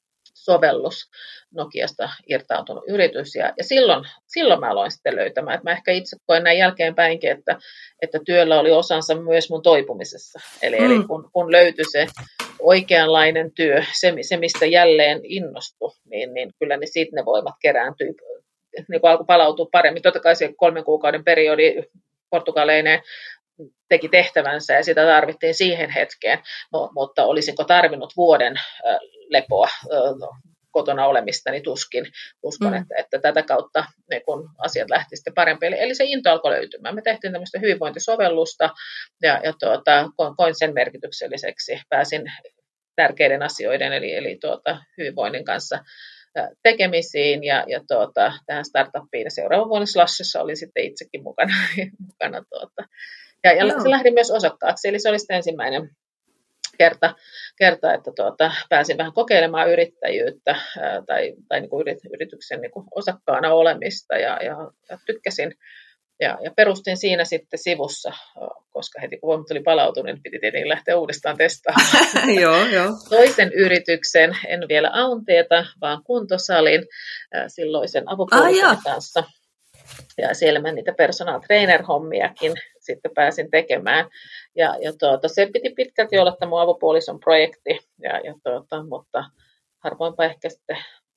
sovellus, Nokiasta irtautunut yritys, ja, ja silloin, silloin mä aloin sitten löytämään, että mä ehkä itse koen näin jälkeenpäinkin, että, että työllä oli osansa myös mun toipumisessa, eli, mm. eli kun, kun löytyi se oikeanlainen työ, se, se mistä jälleen innostui, niin, niin kyllä ne siitä ne voimat kerääntyi, niin kun alkoi palautua paremmin, totta kai se kolmen kuukauden periodi portugaleineen teki tehtävänsä ja sitä tarvittiin siihen hetkeen, no, mutta olisinko tarvinnut vuoden äh, lepoa äh, kotona olemista, niin tuskin. Uskon, mm. että, että tätä kautta niin kun asiat lähti sitten parempi. Eli, eli se into alkoi löytymään. Me tehtiin tämmöistä hyvinvointisovellusta ja, ja tuota, koin sen merkitykselliseksi. Pääsin tärkeiden asioiden eli, eli tuota, hyvinvoinnin kanssa tekemisiin ja, ja tuota, tähän startuppiin ja seuraavan vuonna Slashissa olin sitten itsekin mukana. mukana tuota. Ja, ja se lähdin myös osakkaaksi, eli se oli sitten ensimmäinen kerta, kerta että tuota, pääsin vähän kokeilemaan yrittäjyyttä ää, tai, tai niin kuin yrit, yrityksen niin kuin osakkaana olemista ja, ja, ja tykkäsin. Ja, ja perustin siinä sitten sivussa, koska heti kun voimat oli palautunut, niin piti tietenkin lähteä uudestaan testaamaan. joo, joo. Toisen yrityksen, en vielä Aunteeta, vaan kuntosalin silloisen apupuolisoni ah, kanssa. Ja siellä mä niitä personal trainer-hommiakin sitten pääsin tekemään. Ja, ja tuota, se piti pitkälti olla tämä mun avopuolison projekti, ja, ja tuota, mutta harvoinpa ehkä sitten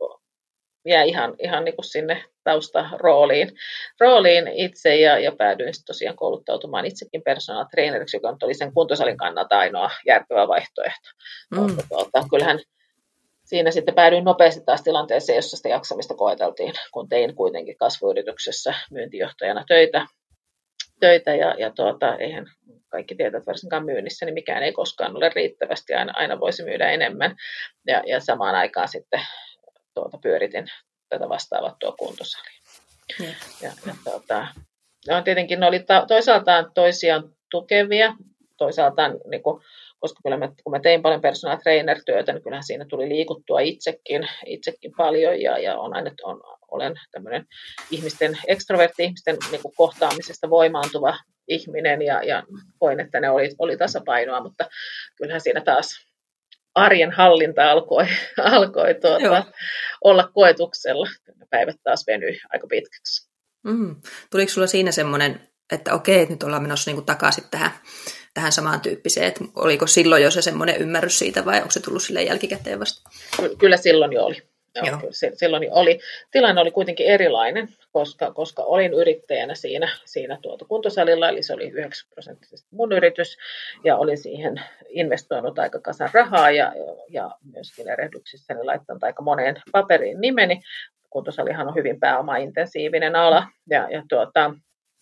jää ihan, ihan niin kuin sinne taustarooliin rooliin itse ja, ja päädyin tosiaan kouluttautumaan itsekin personal traineriksi, joka oli sen kuntosalin kannalta ainoa järkevä vaihtoehto. Mm. Mutta tuota, kyllähän siinä sitten päädyin nopeasti taas tilanteeseen, jossa sitä jaksamista koeteltiin, kun tein kuitenkin kasvuyrityksessä myyntijohtajana töitä. töitä ja, ja tuota, eihän kaikki tietää, että varsinkaan myynnissä, niin mikään ei koskaan ole riittävästi, aina, aina voisi myydä enemmän. Ja, ja samaan aikaan sitten tuota, pyöritin tätä vastaavattua kuntosalia. Mm. Ja, ja tuota, no, tietenkin ne oli ta- toisaaltaan toisiaan tukevia, toisaaltaan niin kuin, koska kyllä mä, kun mä tein paljon personal trainer-työtä, niin kyllähän siinä tuli liikuttua itsekin, itsekin paljon, ja, ja on aina, on, olen tämmöinen ihmisten, ekstrovertti ihmisten niin kuin kohtaamisesta voimaantuva ihminen, ja, ja koin, että ne oli, oli tasapainoa, mutta kyllähän siinä taas arjen hallinta alkoi, alkoi tuota, olla koetuksella. Päivät taas venyi aika pitkäksi. Mm. Tuliko sulla siinä semmoinen, että okei, että nyt ollaan menossa niinku takaisin tähän, tähän samaan tyyppiseen, että oliko silloin jo se semmoinen ymmärrys siitä vai onko se tullut silleen jälkikäteen vasta? Kyllä silloin jo oli. Joo, Joo. Kyllä silloin jo oli. Tilanne oli kuitenkin erilainen, koska, koska olin yrittäjänä siinä, siinä tuota kuntosalilla, eli se oli yhdeksänkymmentä prosenttisesti mun yritys, ja olin siihen investoinut aika kasan rahaa, ja, ja myöskin erehdyksissäni laittanut aika moneen paperiin nimeni. Kuntosalihan on hyvin pääoma-intensiivinen ala, ja, ja, tuota,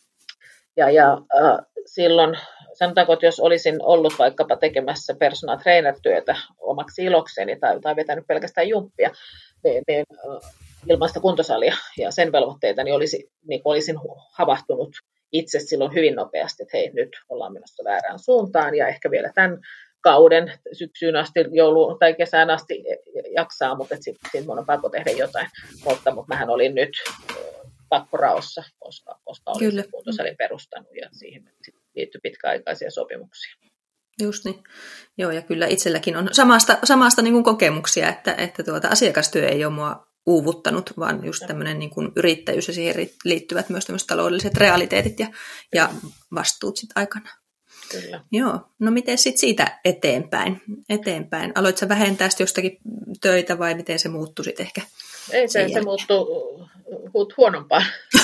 ja, ja äh, silloin, sanotaanko, että jos olisin ollut vaikkapa tekemässä personal trainer-työtä omaksi ilokseni tai, tai vetänyt pelkästään jumppia, niin, niin ilman sitä kuntosalia ja sen velvoitteita, niin, olisi, niin olisin havahtunut itse silloin hyvin nopeasti, että hei, nyt ollaan menossa väärään suuntaan, ja ehkä vielä tämän kauden syksyyn asti, jouluun tai kesään asti jaksaa, mutta sitten sit mun on pakko tehdä jotain. Mutta, mutta mähän olin nyt pakkoraossa, koska, koska olin sen kuntosalin perustanut, ja siihen liittyy pitkäaikaisia sopimuksia. Just niin. Joo, ja kyllä itselläkin on samasta, samasta niin kuin kokemuksia, että, että tuota, asiakastyö ei ole mua uuvuttanut, vaan just tämmöinen niin kuin yrittäjyys ja siihen liittyvät myös tämmöiset taloudelliset realiteetit ja, ja vastuut sitten aikana. Kyllä. Joo, no miten sitten siitä eteenpäin? eteenpäin? Aloitko sä vähentää jostakin töitä vai miten se muuttui sitten ehkä? Ei se, se muuttui huonompaan.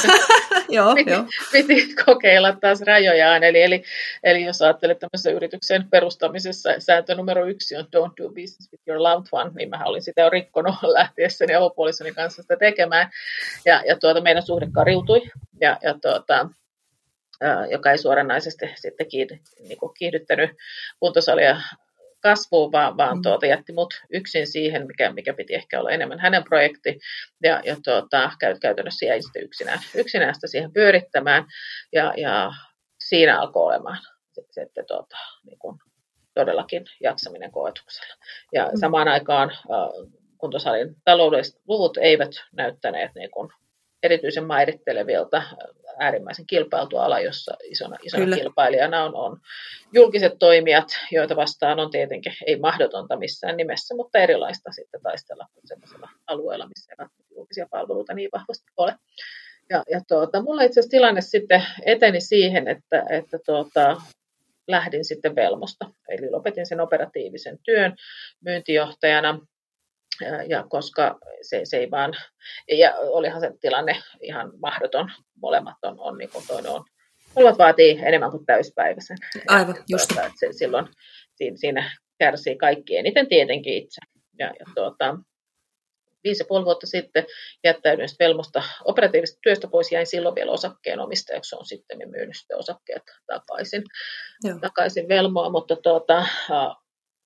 Joo, piti, jo. piti kokeilla taas rajojaan. Eli, eli, eli jos ajattelet tämmöisen yrityksen perustamisessa, sääntö numero yksi on don't do business with your loved one, niin mä olin sitä jo rikkonut lähtiessäni avopuolisoni kanssa sitä tekemään. Ja, ja tuota, meidän suhde kariutui, ja, ja tuota, joka ei suoranaisesti sitten niin kuin kiihdyttänyt kuntosalia kasvuun, vaan, vaan tuota, jätti mut yksin siihen, mikä, mikä piti ehkä olla enemmän hänen projekti, ja, ja tuota, käytännössä jäin sitten yksinään, yksinään sitä siihen pyörittämään, ja, ja siinä alkoi olemaan sitten tuota, niin kuin todellakin jaksaminen koetuksella. Ja mm. samaan aikaan äh, kuntosalin taloudelliset luvut eivät näyttäneet niin kuin erityisen mairittelevilta, äärimmäisen kilpailtu ala, jossa isona, isona kilpailijana on, on julkiset toimijat, joita vastaan on tietenkin ei mahdotonta missään nimessä, mutta erilaista sitten taistella kuin sellaisella alueella, missä ei julkisia palveluita niin vahvasti ole. Ja, ja tuota, mulla itse asiassa tilanne sitten eteni siihen, että, että tuota, lähdin sitten Velmosta, eli lopetin sen operatiivisen työn myyntijohtajana. Ja, ja koska se, se ei vaan, ja olihan se tilanne ihan mahdoton, molemmat on, on niin kuin toinen on, molemmat vaatii enemmän kuin täyspäiväisen. Aivan, just. Tuota, se, silloin siinä, siinä kärsii kaikki eniten tietenkin itse. Ja, ja tuota, viisi ja puoli vuotta sitten jättäydyin Velmosta operatiivisesta työstä pois, jäin silloin vielä osakkeenomistajaksi, on sitten myynyt sitten osakkeet takaisin, takaisin Velmoa, mutta tuota, äh,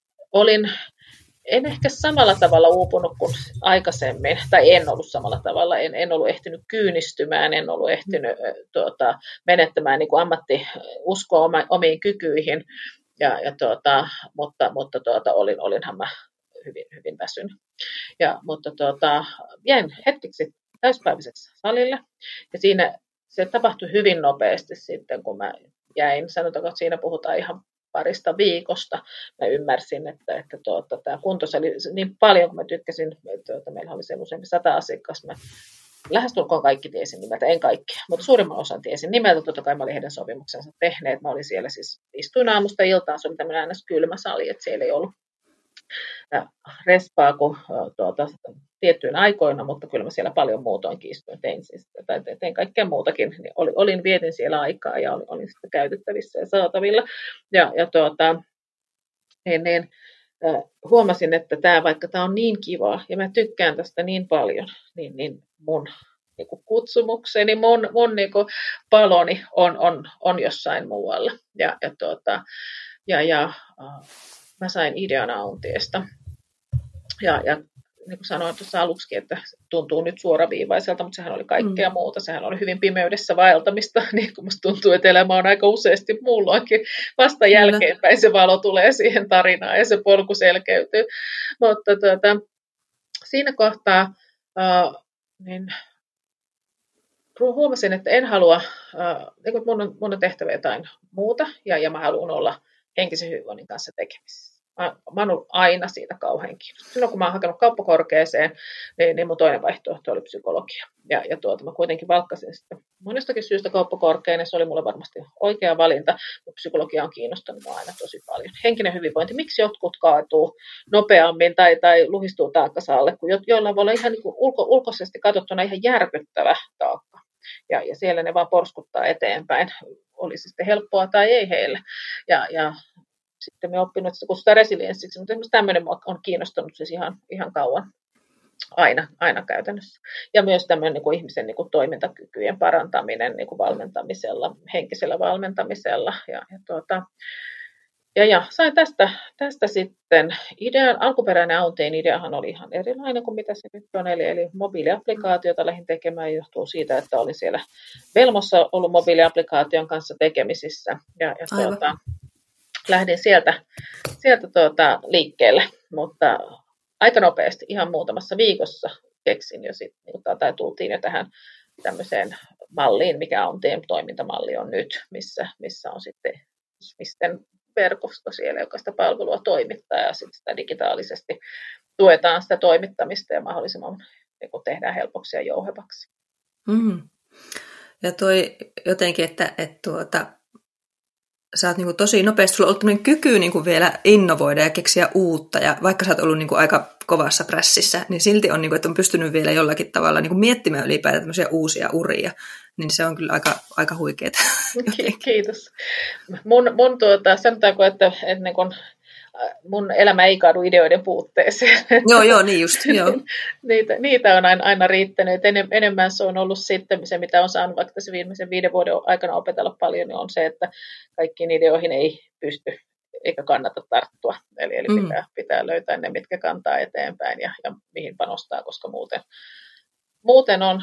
olin En ehkä samalla tavalla uupunut kuin aikaisemmin, tai en ollut samalla tavalla, en, en ollut ehtinyt kyynistymään, en ollut ehtinyt tuota, menettämään niin kuin ammattiuskoa oma, omiin kykyihin, ja, ja tuota, mutta, mutta tuota, olin, olinhan mä hyvin, hyvin väsynyt. Ja, mutta tuota, jäin hetkeksi täyspäiväiseksi salille, ja siinä se tapahtui hyvin nopeasti sitten, kun mä jäin, sanotaanko, että siinä puhutaan ihan parista viikosta. Mä ymmärsin, että, että tuota, tämä kuntosali, niin paljon kun mä tykkäsin, että tuota, meillä oli sen useampi sata asiakasta, mä lähestulkoon kaikki tiesin nimeltä, en kaikkia, mutta suurimman osan tiesin nimeltä, totta kai mä olin heidän sopimuksensa tehneet, mä olin siellä siis, istuin aamusta iltaan, se oli tämmöinen aina kylmä sali, että siellä ei ollut respaa kuin tuota, tiettyyn aikoina, mutta kyllä mä siellä paljon muutoinkin istuin, tein, siis, tai tein kaikkea muutakin, niin olin, olin vietin siellä aikaa ja olin, olin sitten käytettävissä ja saatavilla, ja, ja tuota, niin, niin, äh, huomasin, että tämä, vaikka tämä on niin kivaa, ja mä tykkään tästä niin paljon, niin, niin mun niin kuin kutsumukseni, mun, mun niin kuin paloni on, on, on jossain muualla, ja, ja, tuota, ja, ja äh, mä sain idean Auntiesta. Ja, ja niin kuin sanoin tuossa aluksi, että se tuntuu nyt suoraviivaiselta, mutta sehän oli kaikkea mm. muuta. Sehän oli hyvin pimeydessä vaeltamista, niin kuin musta tuntuu, että elämä on aika useasti muulloinkin. Vasta jälkeenpäin se valo tulee siihen tarinaan ja se polku selkeytyy. Mutta tuota, siinä kohtaa äh, niin huomasin, että en halua, äh, niin kuin mun, on, mun on tehtävä jotain muuta, ja, ja mä haluan olla henkisen hyvinvoinnin kanssa tekemisissä. Mä, mä oon ollut aina siitä kauhean kiinnostunut. Silloin kun mä oon hakenut kauppakorkeeseen, niin, niin mun toinen vaihtoehto oli psykologia. Ja, ja tuota, mä kuitenkin valkkasin sitten monestakin syystä kauppakorkeaan, ja se oli mulle varmasti oikea valinta, mutta psykologia on kiinnostanut mua aina tosi paljon. Henkinen hyvinvointi, miksi jotkut kaatuu nopeammin tai, tai luhistuu taakkasaalle, kun jo, joilla voi olla ihan niin kuin ulko, ulkoisesti katsottuna ihan järkyttävä taakka. Ja, ja siellä ne vaan porskuttaa eteenpäin, oli se sitten helppoa tai ei heille. Ja, ja sitten me oppinut, että se kutsutaan resilienssiksi, mutta esimerkiksi tämmöinen on kiinnostanut siis ihan, ihan kauan, aina, aina käytännössä. Ja myös tämmöinen niin kuin ihmisen niin kuin toimintakykyjen parantaminen niin kuin valmentamisella, henkisellä valmentamisella. Ja, ja, tuota, ja, ja sain tästä, tästä sitten idean. Alkuperäinen Aunteen ideahan oli ihan erilainen kuin mitä se nyt on, eli, eli mobiiliapplikaatiota lähdin tekemään, johtuu siitä, että olin siellä Velmossa ollut mobiiliapplikaation kanssa tekemisissä, ja, ja tuota, lähdin sieltä, sieltä tuota, liikkeelle, mutta aika nopeasti, ihan muutamassa viikossa keksin jo sitten, tai tultiin jo tähän tämmöiseen malliin, mikä Aunteen toimintamalli on nyt, missä, missä on sitten ihmisten verkosto siellä, joka sitä palvelua toimittaa, ja sitten sitä digitaalisesti tuetaan sitä toimittamista ja mahdollisimman niin tehdään helpoksi ja jouhevaksi. Mm. Ja toi jotenkin, että, että tuota, sä oot niin kuin tosi nopeasti, sulla on ollut kyky niin kuin vielä innovoida ja keksiä uutta, ja vaikka sä oot ollut niin kuin aika kovassa prässissä, niin silti on, niin kuin, että on pystynyt vielä jollakin tavalla niin kuin miettimään ylipäätään tämmöisiä uusia uria, niin se on kyllä aika, aika huikeeta. Kiitos. Mun, mun tuota, sanotaanko, että, että niin kun, mun elämä ei kaadu ideoiden puutteeseen. Joo, joo, niin just, joo. niitä, niitä on aina, aina riittänyt. En, enemmän se on ollut sitten se, mitä on saanut vaikka tässä viimeisen viiden vuoden aikana opetella paljon, niin on se, että kaikkiin ideoihin ei pysty eikä kannata tarttua. Eli, eli mm. pitää, pitää löytää ne, mitkä kantaa eteenpäin ja, ja mihin panostaa, koska muuten, muuten on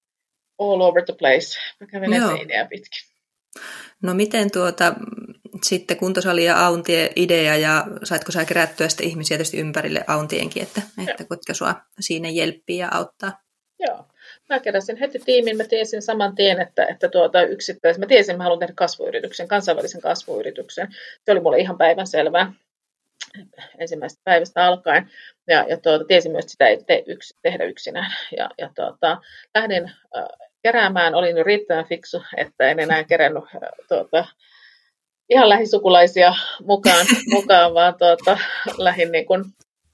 all over the place. Mä kävelen seinää pitkin. No miten tuota, sitten kuntosali ja Auntien idea, ja saitko sä kerättyä sitten ihmisiä tietysti ympärille Auntienkin, että, että kuinka sua siinä jelppii ja auttaa? Joo, mä keräsin heti tiimin, mä tiesin saman tien, että, että tuota yksittäis, mä tiesin, että mä haluan tehdä kasvuyrityksen, kansainvälisen kasvuyrityksen. Se oli mulle ihan päivänselvää ensimmäisestä päivästä alkaen, ja, ja tuota, tiesin myös, että sitä ei te, yks, tehdä yksinään, ja, ja tuota, lähdin äh, keräämään, olin jo riittävän fiksu, että en enää kerännyt äh, tuota, ihan lähisukulaisia mukaan, mukaan vaan tuota, lähdin niin kuin,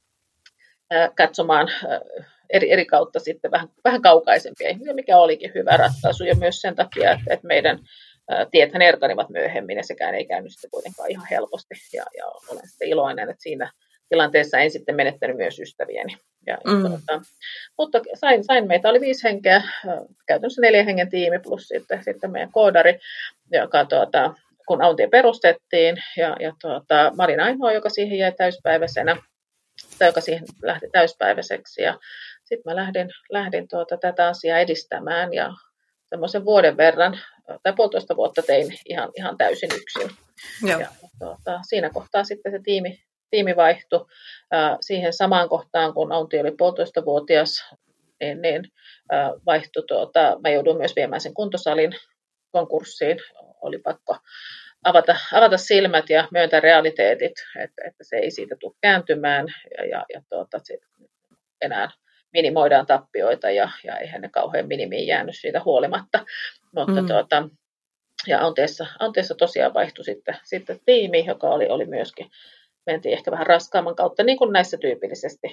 äh, katsomaan äh, eri, eri kautta sitten vähän, vähän kaukaisempia ihmisiä, mikä olikin hyvä ratkaisu, ja myös sen takia, että, että meidän äh, tiethän erkanivat myöhemmin, ja sekään ei käynyt sitten kuitenkaan ihan helposti, ja, ja olen sitten iloinen, että siinä tilanteessa en sitten menettänyt myös ystäviäni. Ja, mm. tuota, mutta sain, sain, meitä oli viisi henkeä, käytännössä neljä hengen tiimi plus sitten, sitten meidän koodari, joka tuota, kun Auntie perustettiin, ja, ja tuota, mä olin ainoa, joka siihen jäi täyspäiväisenä, tai joka siihen lähti täyspäiväiseksi, ja sitten mä lähdin, lähdin tuota, tätä asiaa edistämään, ja semmoisen vuoden verran, tai puolitoista vuotta tein ihan, ihan täysin yksin. Joo. Ja tuota, siinä kohtaa sitten se tiimi, tiimi vaihtui äh, siihen samaan kohtaan, kun Auntie oli puolitoistavuotias, niin, niin äh, vaihtui, tuota, mä jouduin myös viemään sen kuntosalin konkurssiin, oli pakko avata, avata silmät ja myöntää realiteetit, että, että se ei siitä tule kääntymään, ja, ja, ja tuota, enää minimoidaan tappioita, ja, ja eihän ne kauhean minimiin jäänyt siitä huolimatta, mutta mm. tuota, ja Auntiessa, Auntiessa tosiaan vaihtui sitten, sitten tiimi, joka oli, oli myöskin, mentiin ehkä vähän raskaamman kautta, niin kuin näissä tyypillisesti,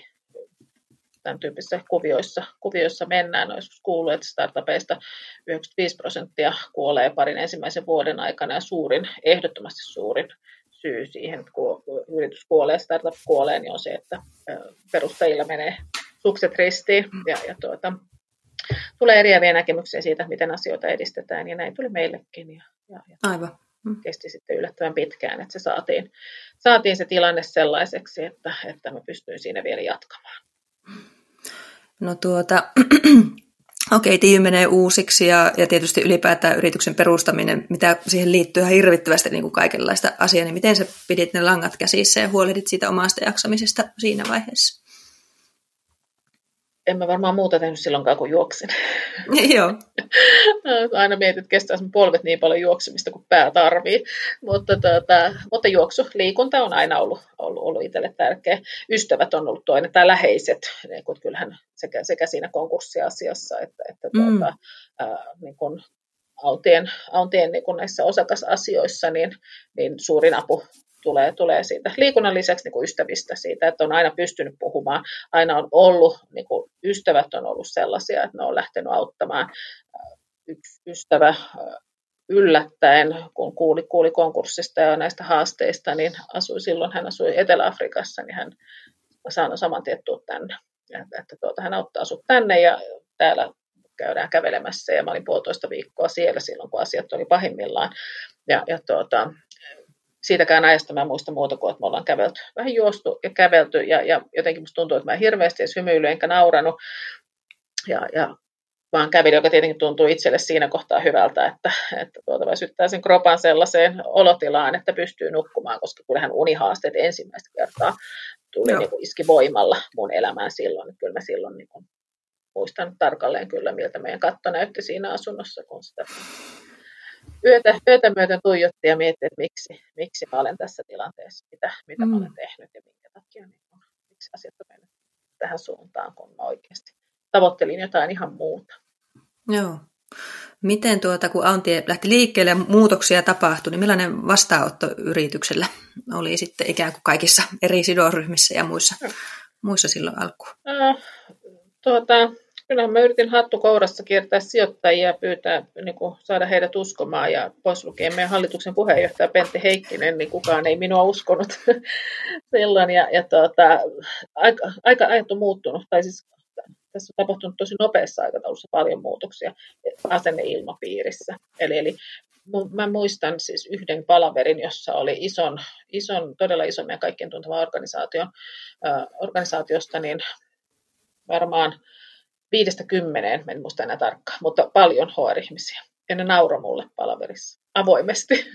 tämän tyyppisissä kuvioissa, kuvioissa mennään. On joskus kuullut, että startupeista yhdeksänkymmentäviisi prosenttia kuolee parin ensimmäisen vuoden aikana, ja suurin, ehdottomasti suurin syy siihen, että kun yritys kuolee, startup kuolee, niin on se, että perustajilla menee sukset ristiin, ja, ja tuota, tulee eriäviä näkemyksiä siitä, miten asioita edistetään, ja näin tuli meillekin. Ja, ja, ja Aivan. Mm. Kesti sitten yllättävän pitkään, että se saatiin, saatiin se tilanne sellaiseksi, että, että mä pystyin siinä vielä jatkamaan. No tuota, okei, okay, tiimi menee uusiksi, ja, ja tietysti ylipäätään yrityksen perustaminen, mitä siihen liittyy ihan hirvittävästi niin kuin kaikenlaista asiaa, niin miten sä pidit ne langat käsissä ja huolehdit siitä omasta jaksamisesta siinä vaiheessa? En mä varmaan muuta tehnyt silloinkaan, kun juoksin. Joo. Aina mietin, että kestää sun polvet niin paljon juoksemista, kuin pää tarvii. Mutta, tuota, mutta juoksu, liikunta on aina ollut, ollut, ollut itselle tärkeä. Ystävät on ollut toinen, tai läheiset. Niin kun kyllähän sekä, sekä siinä konkurssiasiassa, että, että mm. tuota, ää, niin kun Auntien, Auntien niin kun näissä osakasasioissa, niin, niin suurin apu Tulee, tulee siitä liikunnan lisäksi niin kuin ystävistä siitä, että on aina pystynyt puhumaan. Aina on ollut, niin kuin ystävät on ollut sellaisia, että ne on lähtenyt auttamaan. Yksi ystävä yllättäen, kun kuuli, kuuli konkurssista ja näistä haasteista, niin asui silloin, hän asui Etelä-Afrikassa, niin hän sanoi saman tien, tuu tänne. Että, että tuota, hän auttaa sut tänne, ja täällä käydään kävelemässä, ja mä olin puolitoista viikkoa siellä silloin, kun asiat oli pahimmillaan. Ja, ja tuota, siitäkään ajasta mä en muista muuta kuin, että me ollaan kävelty. Vähän juostu ja kävelty ja, ja jotenkin musta tuntuu, että mä en hirveästi edes hymyily enkä nauranut. Ja, ja vaan kävin, joka tietenkin tuntuu itselle siinä kohtaa hyvältä, että, että tuota väsyttää sen kropan sellaiseen olotilaan, että pystyy nukkumaan, koska kyllähän unihaasteet ensimmäistä kertaa tuli niin kuin iski voimalla mun elämään silloin. Kyllä mä silloin niin kuin muistan tarkalleen kyllä, miltä meidän katto näytti siinä asunnossa, kun sitä yötä, yötä myöten tuijotti ja mietti, että miksi, miksi mä olen tässä tilanteessa, mitä, mitä mm. mä olen tehnyt ja minkä takia, niin kun, miksi asiat on mennyt tähän suuntaan, kun mä oikeasti tavoittelin jotain ihan muuta. Joo. Miten tuota, kun Auntie lähti liikkeelle ja muutoksia tapahtui, niin millainen vastaanotto yrityksellä oli sitten ikään kuin kaikissa eri sidosryhmissä ja muissa, no. muissa silloin alkuun? No, tuota, kyllähän mä yritin hattu kourassa kiertää sijoittajia ja pyytää, niin kuin, saada heidät uskomaan ja pois lukien meidän hallituksen puheenjohtaja Pentti Heikkinen, niin kukaan ei minua uskonut silloin. Ja, ja tuota, aika, aika ajat on muuttunut, tai siis tässä on tapahtunut tosi nopeassa aikataulussa paljon muutoksia asenneilmapiirissä. Eli, eli mä muistan siis yhden palaverin, jossa oli ison, ison todella ison meidän kaikkien tuntema organisaatio, äh, organisaatiosta, niin varmaan viidestä kymmeneen, en muista enää tarkkaan, mutta paljon H R-ihmisiä. Ja ne nauroi mulle palaverissa avoimesti.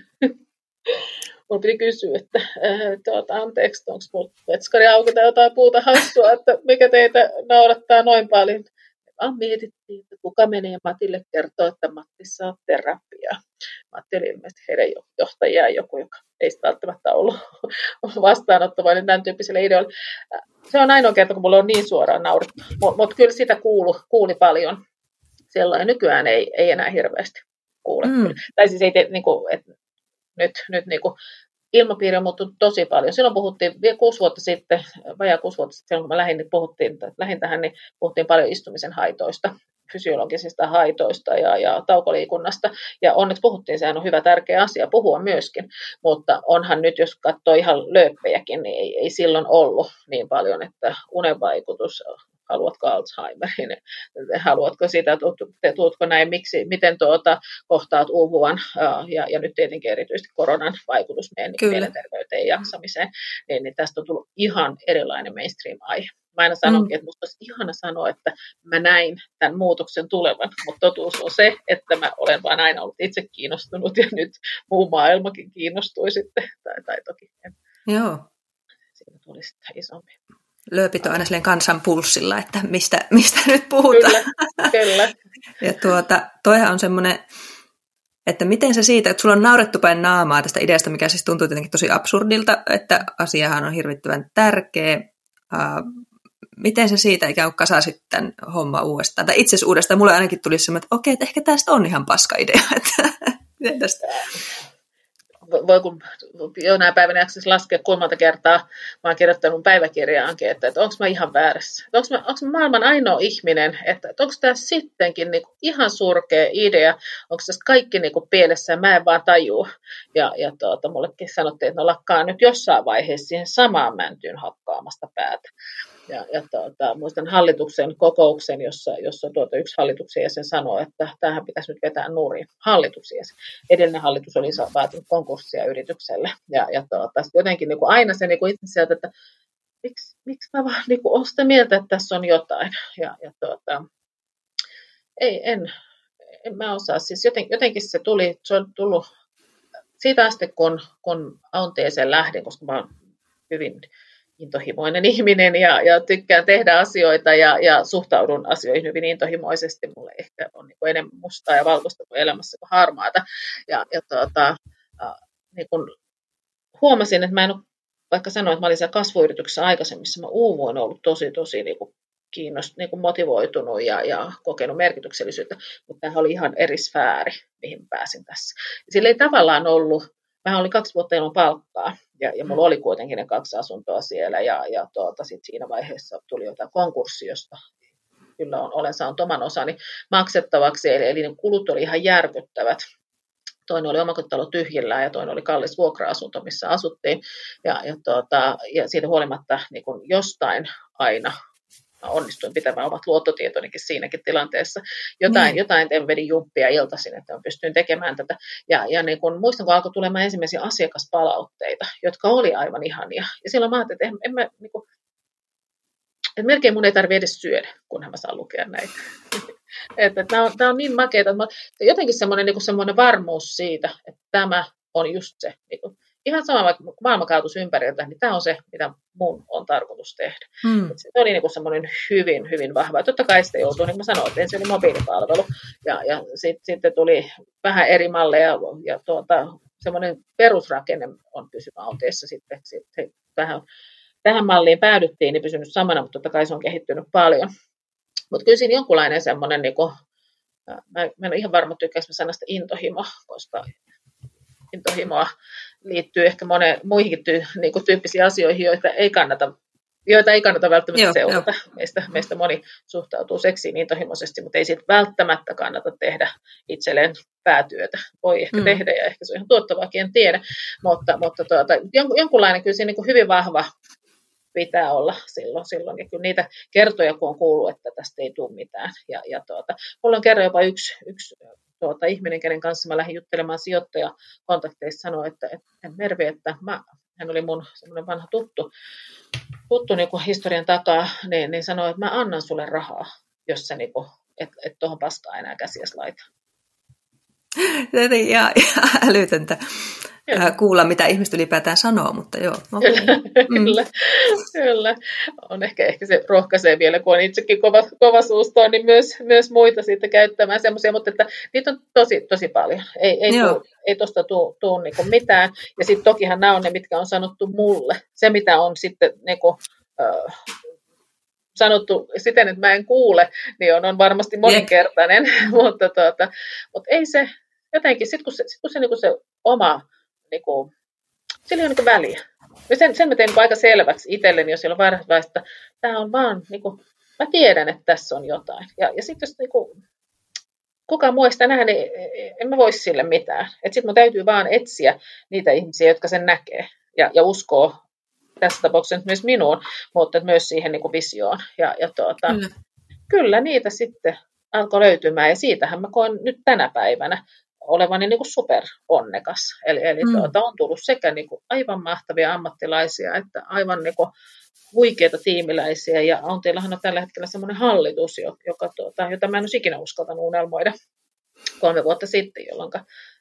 Mun piti kysyä, että äh, tuota, anteeksi, onko mun petskari auki tai jotain puuta hassua, että mikä teitä naurattaa noin paljon. Vaan mietittiin, että kuka menee Matille kertoo, että Matti saa terapiaa. Matti oli ilmeisesti heidän johtajia joku, joka ei sitä välttämättä ollut vastaanottavainen tämän tyyppiselle ideoille. Se on ainoa kerta, kun mulla on niin suoraan naurettu. Mutta kyllä sitä kuulu, kuuli paljon. Sellainen nykyään ei, ei enää hirveästi kuule. Mm. Tai siis ei te, niin kuin, että nyt, nyt niin kuin ilmapiiri on muuttunut tosi paljon. Silloin puhuttiin, vielä kuusi vuotta sitten, vajaa kuusi vuotta sitten, kun mä lähdin, niin puhuttiin, lähdin tähän, niin puhuttiin paljon istumisen haitoista, fysiologisista haitoista ja, ja taukoliikunnasta. Ja onneksi puhuttiin, sehän on hyvä, tärkeä asia puhua myöskin. Mutta onhan nyt, jos katsoo ihan lööppejäkin, niin ei, ei silloin ollut niin paljon, että unenvaikutus, haluatko Alzheimerin, haluatko sitä, tuutko näin, miksi, miten tuota, kohtaat uupuvan, ja, ja nyt tietenkin erityisesti koronan vaikutus meidän niin mielenterveyteen ja jaksamiseen, niin, niin tästä on tullut ihan erilainen mainstream-aihe. Mä aina sanonkin, mm. että musta olisi ihana sanoa, että mä näin tämän muutoksen tulevan, mutta totuus on se, että mä olen vaan aina ollut itse kiinnostunut, ja nyt muu maailmakin kiinnostui sitten, tai, tai toki en. Joo. Siinä tuli sitten isompi. Lööpit on aina silleen kansan pulssilla, että mistä, mistä nyt puhutaan. Kyllä, kyllä. Ja tuota, toihan on semmoinen, että miten se siitä, että sulla on naurettu päin naamaa tästä ideasta, mikä siis tuntuu tietenkin tosi absurdilta, että asiahan on hirvittävän tärkeä. Uh, miten se siitä ikään kuin kasasit tämän homman uudestaan? Tai itse asiassa uudestaan mulle ainakin tuli semmoinen, että okei, että ehkä tästä on ihan paska idea. Että, miten tästä? Voi kun jonain päivänä jaksaisi laskea kuinka monta kertaa mä oon kirjoittanut päiväkirjaankin, että, että onko mä ihan väärässä. Onko mä, onko mä maailman ainoa ihminen, että, että onko tämä sittenkin niin kuin ihan surkea idea, onko tässä kaikki niin kuin pielessä ja mä en vaan tajua. Ja, ja tuota, mullekin sanottiin, että no lakkaa nyt jossain vaiheessa siihen samaan mäntyyn hakkaamasta päätä. Ja, ja tuota, muistan hallituksen kokouksen, jossa, jossa tuota, yksi hallituksen jäsen sanoi, että tämähän pitäisi nyt vetää nuuriin. Hallituksen jäsen. Edellinen hallitus oli vaatinut konkurssia yritykselle. Ja, ja tuota, jotenkin niin kuin aina se niin kuin itse sieltä, että miksi, miksi mä vaan niin kuin olen sitä mieltä, että tässä on jotain. Ja, ja tuota, ei, en, en mä osaa. Siis joten, jotenkin se tuli, se on tullut siitä asti, kun, kun Auntieseen lähdin, koska mä oon hyvin intohimoinen ihminen ja, ja tykkään tehdä asioita ja, ja suhtaudun asioihin hyvin intohimoisesti. Mulle ehkä on niin kuin enemmän mustaa ja valkoista kuin elämässä kuin harmaata. Ja, ja tuota, äh, niin kun huomasin, että mä en ole, vaikka sanoin, että mä olin siellä kasvuyrityksessä aikaisemmissa, mä uuvuin ollut tosi, tosi niin kuin kiinnost, niin kuin motivoitunut ja, ja kokenut merkityksellisyyttä, mutta tämä oli ihan eri sfääri, mihin pääsin tässä. Sillä ei tavallaan ollut, mä olin kaksi vuotta ilman palkkaa, ja, ja mulla oli kuitenkin ne kaksi asuntoa siellä, ja, ja tuota, sit siinä vaiheessa tuli jotain konkurssi, josta kyllä on, olen saanut oman osani maksettavaksi, eli, eli ne kulut oli ihan järkyttävät. Toinen oli omakotitalo tyhjillään ja toinen oli kallis vuokra-asunto, missä asuttiin, ja, ja, tuota, ja siitä huolimatta niin kun jostain aina mä onnistuin pitämään omat luottotietonikin siinäkin tilanteessa. Jotain, mm. jotain en vedin jumppia iltaisin, että mä pystyin tekemään tätä. Ja, ja niin kun, muistan, kun alkoi tulemaan ensimmäisiä asiakaspalautteita, jotka oli aivan ihania. Ja silloin mä ajattelin, että, en, en mä, niin kun, että melkein mun ei tarvitse edes syödä, kunhan mä saan lukea näitä. että, että nämä, on, nämä on niin makeita, että mä, jotenkin semmoinen, niin semmoinen varmuus siitä, että tämä on just se, niin kun, ihan sama, vaikka maailma kaatuisi ympäriltä, niin tämä on se, mitä mun on tarkoitus tehdä. Hmm. Se oli niin semmoinen hyvin, hyvin vahva. Totta kai sitten joutuu, niin kuin mä sanoin, että ensin oli mobiilipalvelu, ja, ja sitten sit tuli vähän eri malleja, ja tuota, semmoinen perusrakenne on pysymä Aunteessa sitten. sitten tähän, tähän malliin päädyttiin, niin pysynyt samana, mutta totta kai se on kehittynyt paljon. Mutta kyllä siinä jonkunlainen semmoinen, niin kuin, mä, mä en ole ihan varma, tykkäisin sanasta intohimo, koska intohimoa liittyy ehkä moneen muihinkin tyy, niin kuin tyyppisiin asioihin, joita ei kannata, joita ei kannata välttämättä Joo, seurata. Jo. Meistä, meistä moni suhtautuu seksiin intohimoisesti, mutta ei siitä välttämättä kannata tehdä itselleen päätyötä. Voi ehkä mm. tehdä ja ehkä se on ihan tuottavaakin, en tiedä, mutta, mutta tuota, jonkunlainen kyllä siinä niin kuin hyvin vahva pitää olla silloin, silloin. Ja kyllä niitä kertoja, kun on kuullut, että tästä ei tule mitään. Ja, ja tuota, mulla on kerran jopa yksi, yksi tuota, ihminen, kenen kanssa mä lähdin juttelemaan sijoittajakontakteissa, sanoi, että, että Mervi, että mä, hän oli mun semmoinen vanha tuttu, tuttu niin kuin historian takaa, niin, niin sanoi, että mä annan sulle rahaa, jos sä niin kuin, et, et tuohon paskaan enää käsiäsi laita. Se on ihan, ihan älytöntä. Kyllä. Kuulla, mitä ihmiset ylipäätään sanoo, mutta joo. Okay. Kyllä, mm. kyllä, kyllä. On ehkä, ehkä se rohkaisee vielä, kun on itsekin kova, kova suustoon, niin myös, myös muita siitä käyttämään semmoisia, mutta että niitä on tosi, tosi paljon. Ei, ei, tuu, ei tosta tule tuu niinku mitään. Ja sitten tokihan nämä on ne, mitkä on sanottu mulle. Se, mitä on sitten niinku, äh, sanottu siten, että mä en kuule, niin on, on varmasti moninkertainen, mutta, tuota, mutta ei se, jotenkin, sitten kun se, sit kun se, niinku se oma, Niinku, sillä ei ole niinku väliä. Ja sen, sen mä tein niinku aika selväksi itselleni, jos siellä on varhaisvaiheessa, että tämä on vaan, niinku, mä tiedän, että tässä on jotain. Ja, ja sitten jos niinku, kukaan muu ei sitä nähdä, niin en mä voi sille mitään. Sitten mun täytyy vaan etsiä niitä ihmisiä, jotka sen näkee ja, ja uskoo tässä tapauksessa myös minuun, mutta myös siihen niinku visioon. Ja, ja tuota, mm. kyllä niitä sitten alkoi löytymään, ja siitähän mä koen nyt tänä päivänä olevani niin kuin super onnekas. Eli, eli mm. tuota, on tullut sekä niin kuin aivan mahtavia ammattilaisia, että aivan niin kuin huikeita tiimiläisiä. Ja Auntillahan on tällä hetkellä semmoinen hallitus, joka, tuota, jota mä en olisi ikinä uskaltanut unelmoida kolme vuotta sitten, jolloin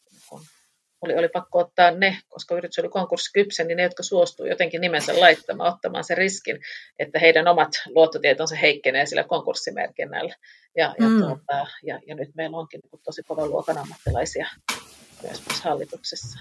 oli, oli pakko ottaa ne, koska yritys oli konkurssikypsä, niin ne, jotka suostuivat jotenkin nimensä laittamaan, ottamaan sen riskin, että heidän omat luottotietonsa heikkenee sillä konkurssimerkinnällä. Ja, ja, mm. tuota, ja, ja nyt meillä onkin tosi kovan luokan ammattilaisia myös, myös hallituksessa.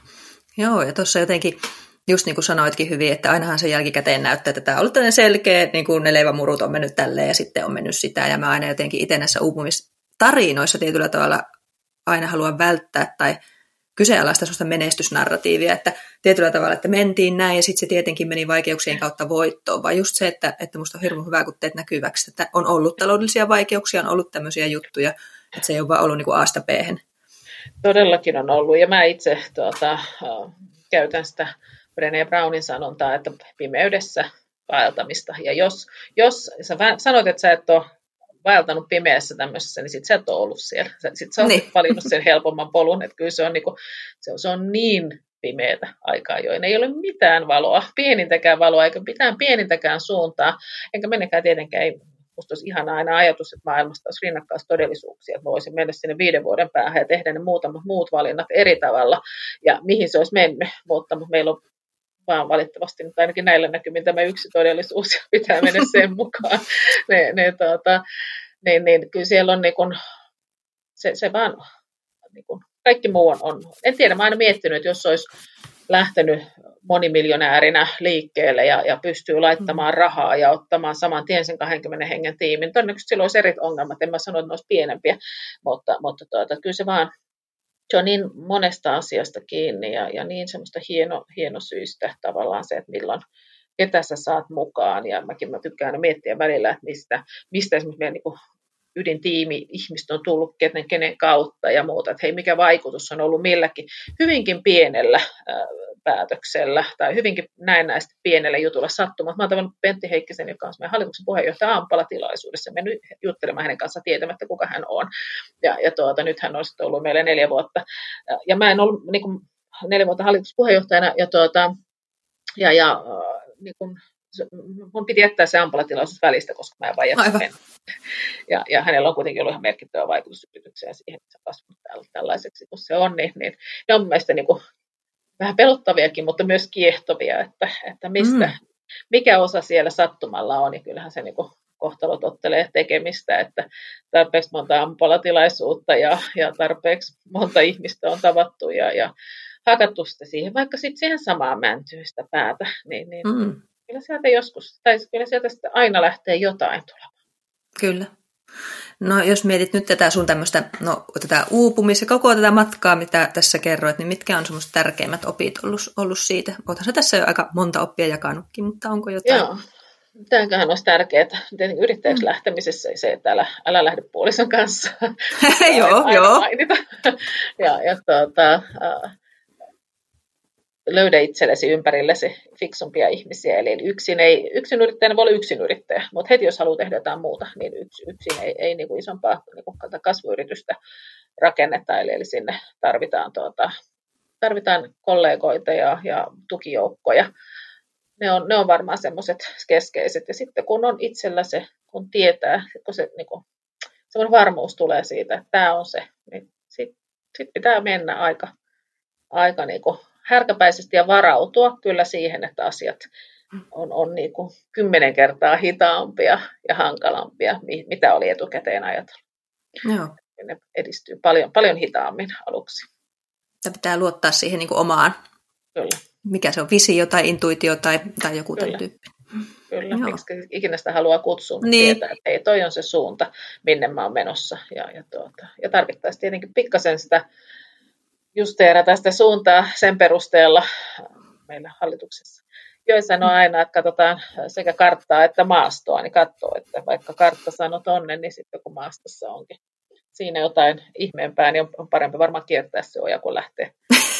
Joo, ja tuossa jotenkin, just niin kuin sanoitkin hyvin, että ainahan se jälkikäteen näyttää, että tämä on ollut tällainen selkeä, niin kuin ne leivämurut on mennyt tälleen ja sitten on mennyt sitä, ja mä aina jotenkin itse näissä uupumistarinoissa tietyllä tavalla aina haluan välttää tai kyseenalaista sellaista menestysnarratiivia, että tietyllä tavalla, että mentiin näin ja sitten se tietenkin meni vaikeuksien kautta voittoon, vaan just se, että, että musta on hirveän hyvä, kun teet näkyväksi, että on ollut taloudellisia vaikeuksia, on ollut tämmöisiä juttuja, että se ei ole vaan ollut niin kuin A:sta B:hen. Todellakin on ollut, ja mä itse tuota, käytän sitä Brené Brownin sanontaa, että pimeydessä vaeltamista, ja jos, jos sä sanot, että sä et ole vaeltanut pimeässä tämmöisessä, niin sit sä et ole ollut siellä. Sitten sä oot niin. valinnut sen helpomman polun, että kyllä se on, niinku, se on, se on niin pimeätä aikaa, join ei ole mitään valoa, pienintäkään valoa, eikä mitään pienintäkään suuntaa, enkä mennäkään tietenkään, ei, musta olisi ihana aina ajatus, että maailmasta olisi rinnakkaistodellisuuksia, että voisin mennä sinne viiden vuoden päähän ja tehdä ne muutamat muut valinnat eri tavalla, ja mihin se olisi mennyt, mutta meillä on vaan valitettavasti nyt ainakin näillä näkymin tämä yksi todellisuus, ja pitää mennä sen mukaan. Ne, ne, tuota, niin, niin, kyllä siellä on niin kun, se, se vaan, niin kun, kaikki muu on, on, en tiedä, mä oon aina miettinyt, että jos olisi lähtenyt monimiljonäärinä liikkeelle ja, ja pystyy laittamaan rahaa ja ottamaan saman tien sen kahdenkymmenen hengen tiimin, todennäköisesti silloin olisi eri ongelmat, en mä sano, että ne olisi pienempiä, mutta, mutta tuota, kyllä se vaan, se on niin monesta asiasta kiinni ja, ja niin semmoista hieno, hienosyistä tavallaan se, että milloin, ketä sä saat mukaan. Ja mäkin mä tykkään aina miettiä välillä, että mistä, mistä esimerkiksi meidän niin kuin ydintiimi ihmiset on tullut, kenen, kenen kautta ja muuta. Että hei, mikä vaikutus on ollut milläkin hyvinkin pienellä äh, päätöksellä tai hyvinkin näennäisesti pienellä jutulla sattumat. Mä oon tavannut Pentti Heikkisen, joka on meidän hallituksen puheenjohtaja Aampala-tilaisuudessa. Mennyt juttelemaan hänen kanssaan tietämättä, kuka hän on. Ja, ja tuota, nyt hän on sitten ollut meillä neljä vuotta. Ja mä en ollut niin kuin, neljä vuotta hallituksen puheenjohtajana. Ja, tuota, ja, ja niin kuin, mun piti jättää se Aampala-tilaisuus välistä, koska mä en vaan jättänyt mennä. Ja, ja hänellä on kuitenkin ollut ihan merkittävä vaikutus yritykseen siihen, että se on kasvanut tällaiseksi, kun se on. Niin, niin ne on mun mielestä niin kuin, vähän pelottaviakin, mutta myös kiehtovia, että, että mistä, mm. mikä osa siellä sattumalla on. Ja kyllähän se niin kuin, kohtalo tottelee tekemistä, että tarpeeksi monta Aampala-tilaisuutta ja, ja tarpeeksi monta ihmistä on tavattu ja, ja hakattu sitä siihen, vaikka sitten siihen samaan mäntyistä päätä. Niin, niin, mm. Kyllä sieltä joskus, tai kyllä sieltä aina lähtee jotain tulemaan. Kyllä. No jos mietit nyt tätä sun tämmöistä, no tätä uupumis- ja koko tätä matkaa, mitä tässä kerroit, niin mitkä on semmoiset tärkeimmät opit ollut, ollut siitä? Oothan sä tässä jo aika monta oppia jakanutkin, mutta onko jotain? Joo, tämähän olisi tärkeää. Tietenkin yrittäjäksi mm. lähtemisessä se, että älä, älä lähde puolison kanssa. Joo, joo. Mainita. ja, ja tuota, äh, löydä itsellesi ympärillesi fiksumpia ihmisiä. Eli yksin, ei, yksin yrittäjänä voi olla yksin yrittäjä, mutta heti jos haluaa tehdä jotain muuta, niin yksin, yksin ei, ei niin kuin isompaa niin kuin kasvuyritystä rakenneta. Eli, eli sinne tarvitaan, tuota, tarvitaan kollegoita ja, ja tukijoukkoja. Ne on, ne on varmaan semmoiset keskeiset. Ja sitten kun on itsellä se, kun tietää, kun se niin kuin, semmoinen varmuus tulee siitä, että tämä on se, niin sitten sit pitää mennä aika, aika niin kuin härkäpäisesti ja varautua kyllä siihen, että asiat on, on niin kuin kymmenen kertaa hitaampia ja hankalampia, mitä oli etukäteen ajatellut. Joo. Ne edistyy paljon, paljon hitaammin aluksi. Ja pitää luottaa siihen niin kuin omaan. Kyllä. Mikä se on, visio tai intuitio tai, tai joku tämän tyyppi. Kyllä, miksi ikinä sitä haluaa kutsua, niin. Tietää, että hei, toi on se suunta, minne mä oon menossa. Ja, ja, tuota, ja tarvittaisiin tietenkin pikkasen sitä justeerata sitä suuntaa sen perusteella meillä hallituksessa. Join sanoo aina, että katsotaan sekä karttaa että maastoa, niin katsoo, että vaikka kartta sanoo tonne, niin sitten kun maastossa onkin siinä jotain ihmeempää, niin on parempi varmaan kiertää se oja, kun lähtee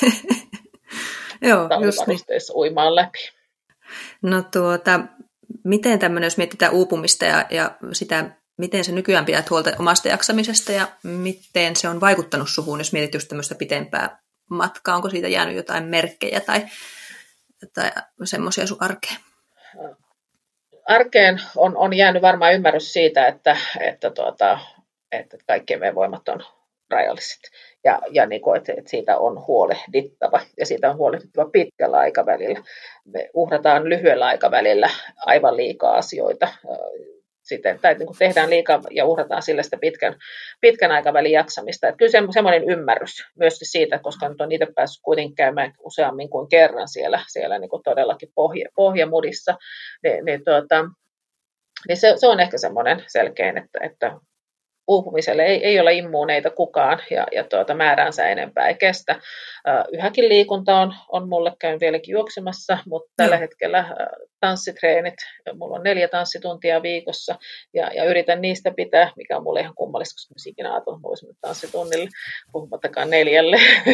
Joo, just niin. uimaan läpi. No tuota, miten tämmöinen, jos mietitään uupumista ja, ja sitä, miten se nykyään pidät huolta omasta jaksamisesta ja miten se on vaikuttanut suhun, jos mietit just tämmöistä pitempää matkaa, onko siitä jäänyt jotain merkkejä tai, tai semmoisia sun arkeen? Arkeen on, on jäänyt varmaan ymmärrys siitä, että, että, tuota, että kaikkien meidän voimat on rajalliset ja, ja niin kuin, että, että siitä on huolehdittava ja siitä on huolehdittava pitkällä aikavälillä. Me uhrataan lyhyellä aikavälillä aivan liikaa asioita. Sitten, tai niin kuin tehdään liikaa ja uhrataan sillä sitä pitkän, pitkän aikavälin jaksamista. Että kyllä se, semmoinen ymmärrys myös siitä, koska nyt on niitä päässyt kuitenkin käymään useammin kuin kerran siellä, siellä niin kuin todellakin pohja, pohjamudissa, niin, niin, tuota, niin se, se on ehkä semmoinen selkein, että, että uupumiselle ei, ei ole immuuneita kukaan ja, ja tuota, määräänsä enempää ei kestä. Uh, yhäkin liikunta on, on mulle käyn vieläkin juoksemassa, mutta tällä no. hetkellä uh, tanssitreenit, mulla on neljä tanssituntia viikossa ja, ja yritän niistä pitää, mikä on mulle ihan kummallista, koska mä ikinä ajatellut, että voisin mennä tanssitunnille, puhumattakaan neljälle,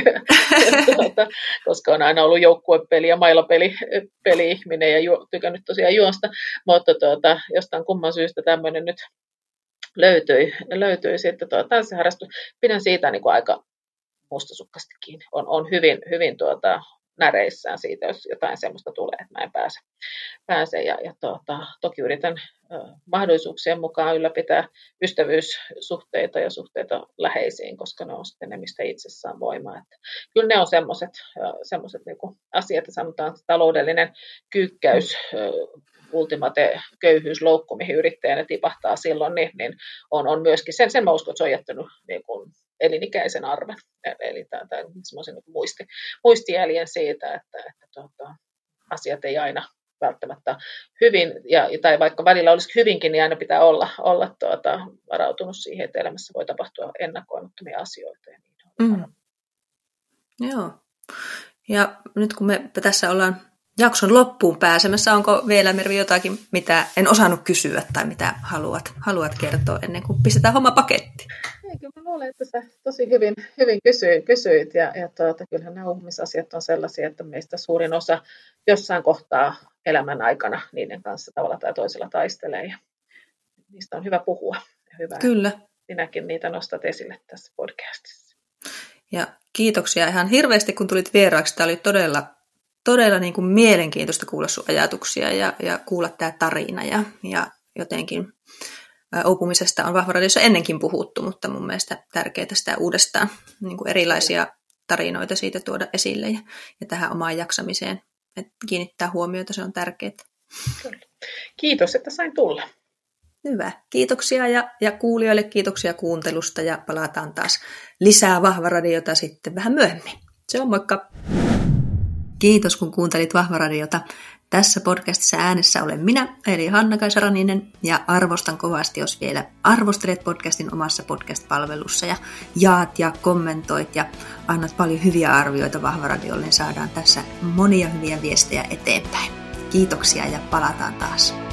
tuota, koska on aina ollut joukkuepeli ja mailapeli-ihminen ja ju, tykännyt tosiaan juosta, mutta tuota, jostain kumman syystä tämmöinen nyt löytyi, löytyi sitten tuo tanssiharrastus. Pidän siitä niin kuin aika mustasukkaisesti kiinni. On, on hyvin, hyvin tuota, näreissään siitä, jos jotain semmoista tulee, että mä en pääse. pääse. Ja, ja tuota, toki yritän ö, mahdollisuuksien mukaan ylläpitää ystävyyssuhteita ja suhteita läheisiin, koska ne on sitten ne, mistä itsessään voimaa. Että kyllä ne on semmoiset, semmoiset niin kuin asiat, sanotaan taloudellinen kyykkäys, ö, ultimate köyhyysloukku, mihin yrittäjänä tipahtaa silloin, niin, niin on, on myöskin, sen, sen mä uskon, että se on jättänyt niin kuin elinikäisen arven, eli tämä semmoisen niin muisti, muistijäljen siitä, että, että tuota, asiat ei aina välttämättä hyvin, ja, tai vaikka välillä olisi hyvinkin, niin aina pitää olla, olla tuota, varautunut siihen, että elämässä voi tapahtua ennakoimattomia asioita. Ja niin mm. Joo. Ja nyt kun me tässä ollaan jakson loppuun pääsemässä, onko vielä, Mervi, jotakin, mitä en osannut kysyä tai mitä haluat, haluat kertoa ennen kuin pistetään homma paketti? Niin, kyllä mä luulen, että sä tosi hyvin, hyvin kysyit, kysyit ja, ja tuota, kyllähän nämä uupumisasiat on sellaisia, että meistä suurin osa jossain kohtaa elämän aikana niiden kanssa tavalla tai toisella taistelee ja niistä on hyvä puhua. Ja hyvä, kyllä. Sinäkin niitä nostat esille tässä podcastissa. Ja kiitoksia ihan hirveästi, kun tulit vieraaksi. Tämä oli todella, todella niin kuin mielenkiintoista kuulla sun ajatuksia ja, ja kuulla tämä tarina ja, ja jotenkin uupumisesta on Vahvaradiossa ennenkin puhuttu, mutta mun mielestä tärkeää sitä uudestaan niin kuin erilaisia tarinoita siitä tuoda esille ja, ja tähän omaan jaksamiseen että kiinnittää huomiota, se on tärkeää. Kyllä. Kiitos, että sain tulla. Hyvä. Kiitoksia ja, ja kuulijoille kiitoksia kuuntelusta ja palataan taas lisää Vahvaradiota sitten vähän myöhemmin. Se on moikka! Kiitos kun kuuntelit Vahvaradiota. Tässä podcastissa äänessä olen minä, eli Hanna-Kaisa Raninen, ja arvostan kovasti, jos vielä arvostelet podcastin omassa podcast-palvelussa ja jaat ja kommentoit ja annat paljon hyviä arvioita Vahvaradiolle, niin saadaan tässä monia hyviä viestejä eteenpäin. Kiitoksia ja palataan taas.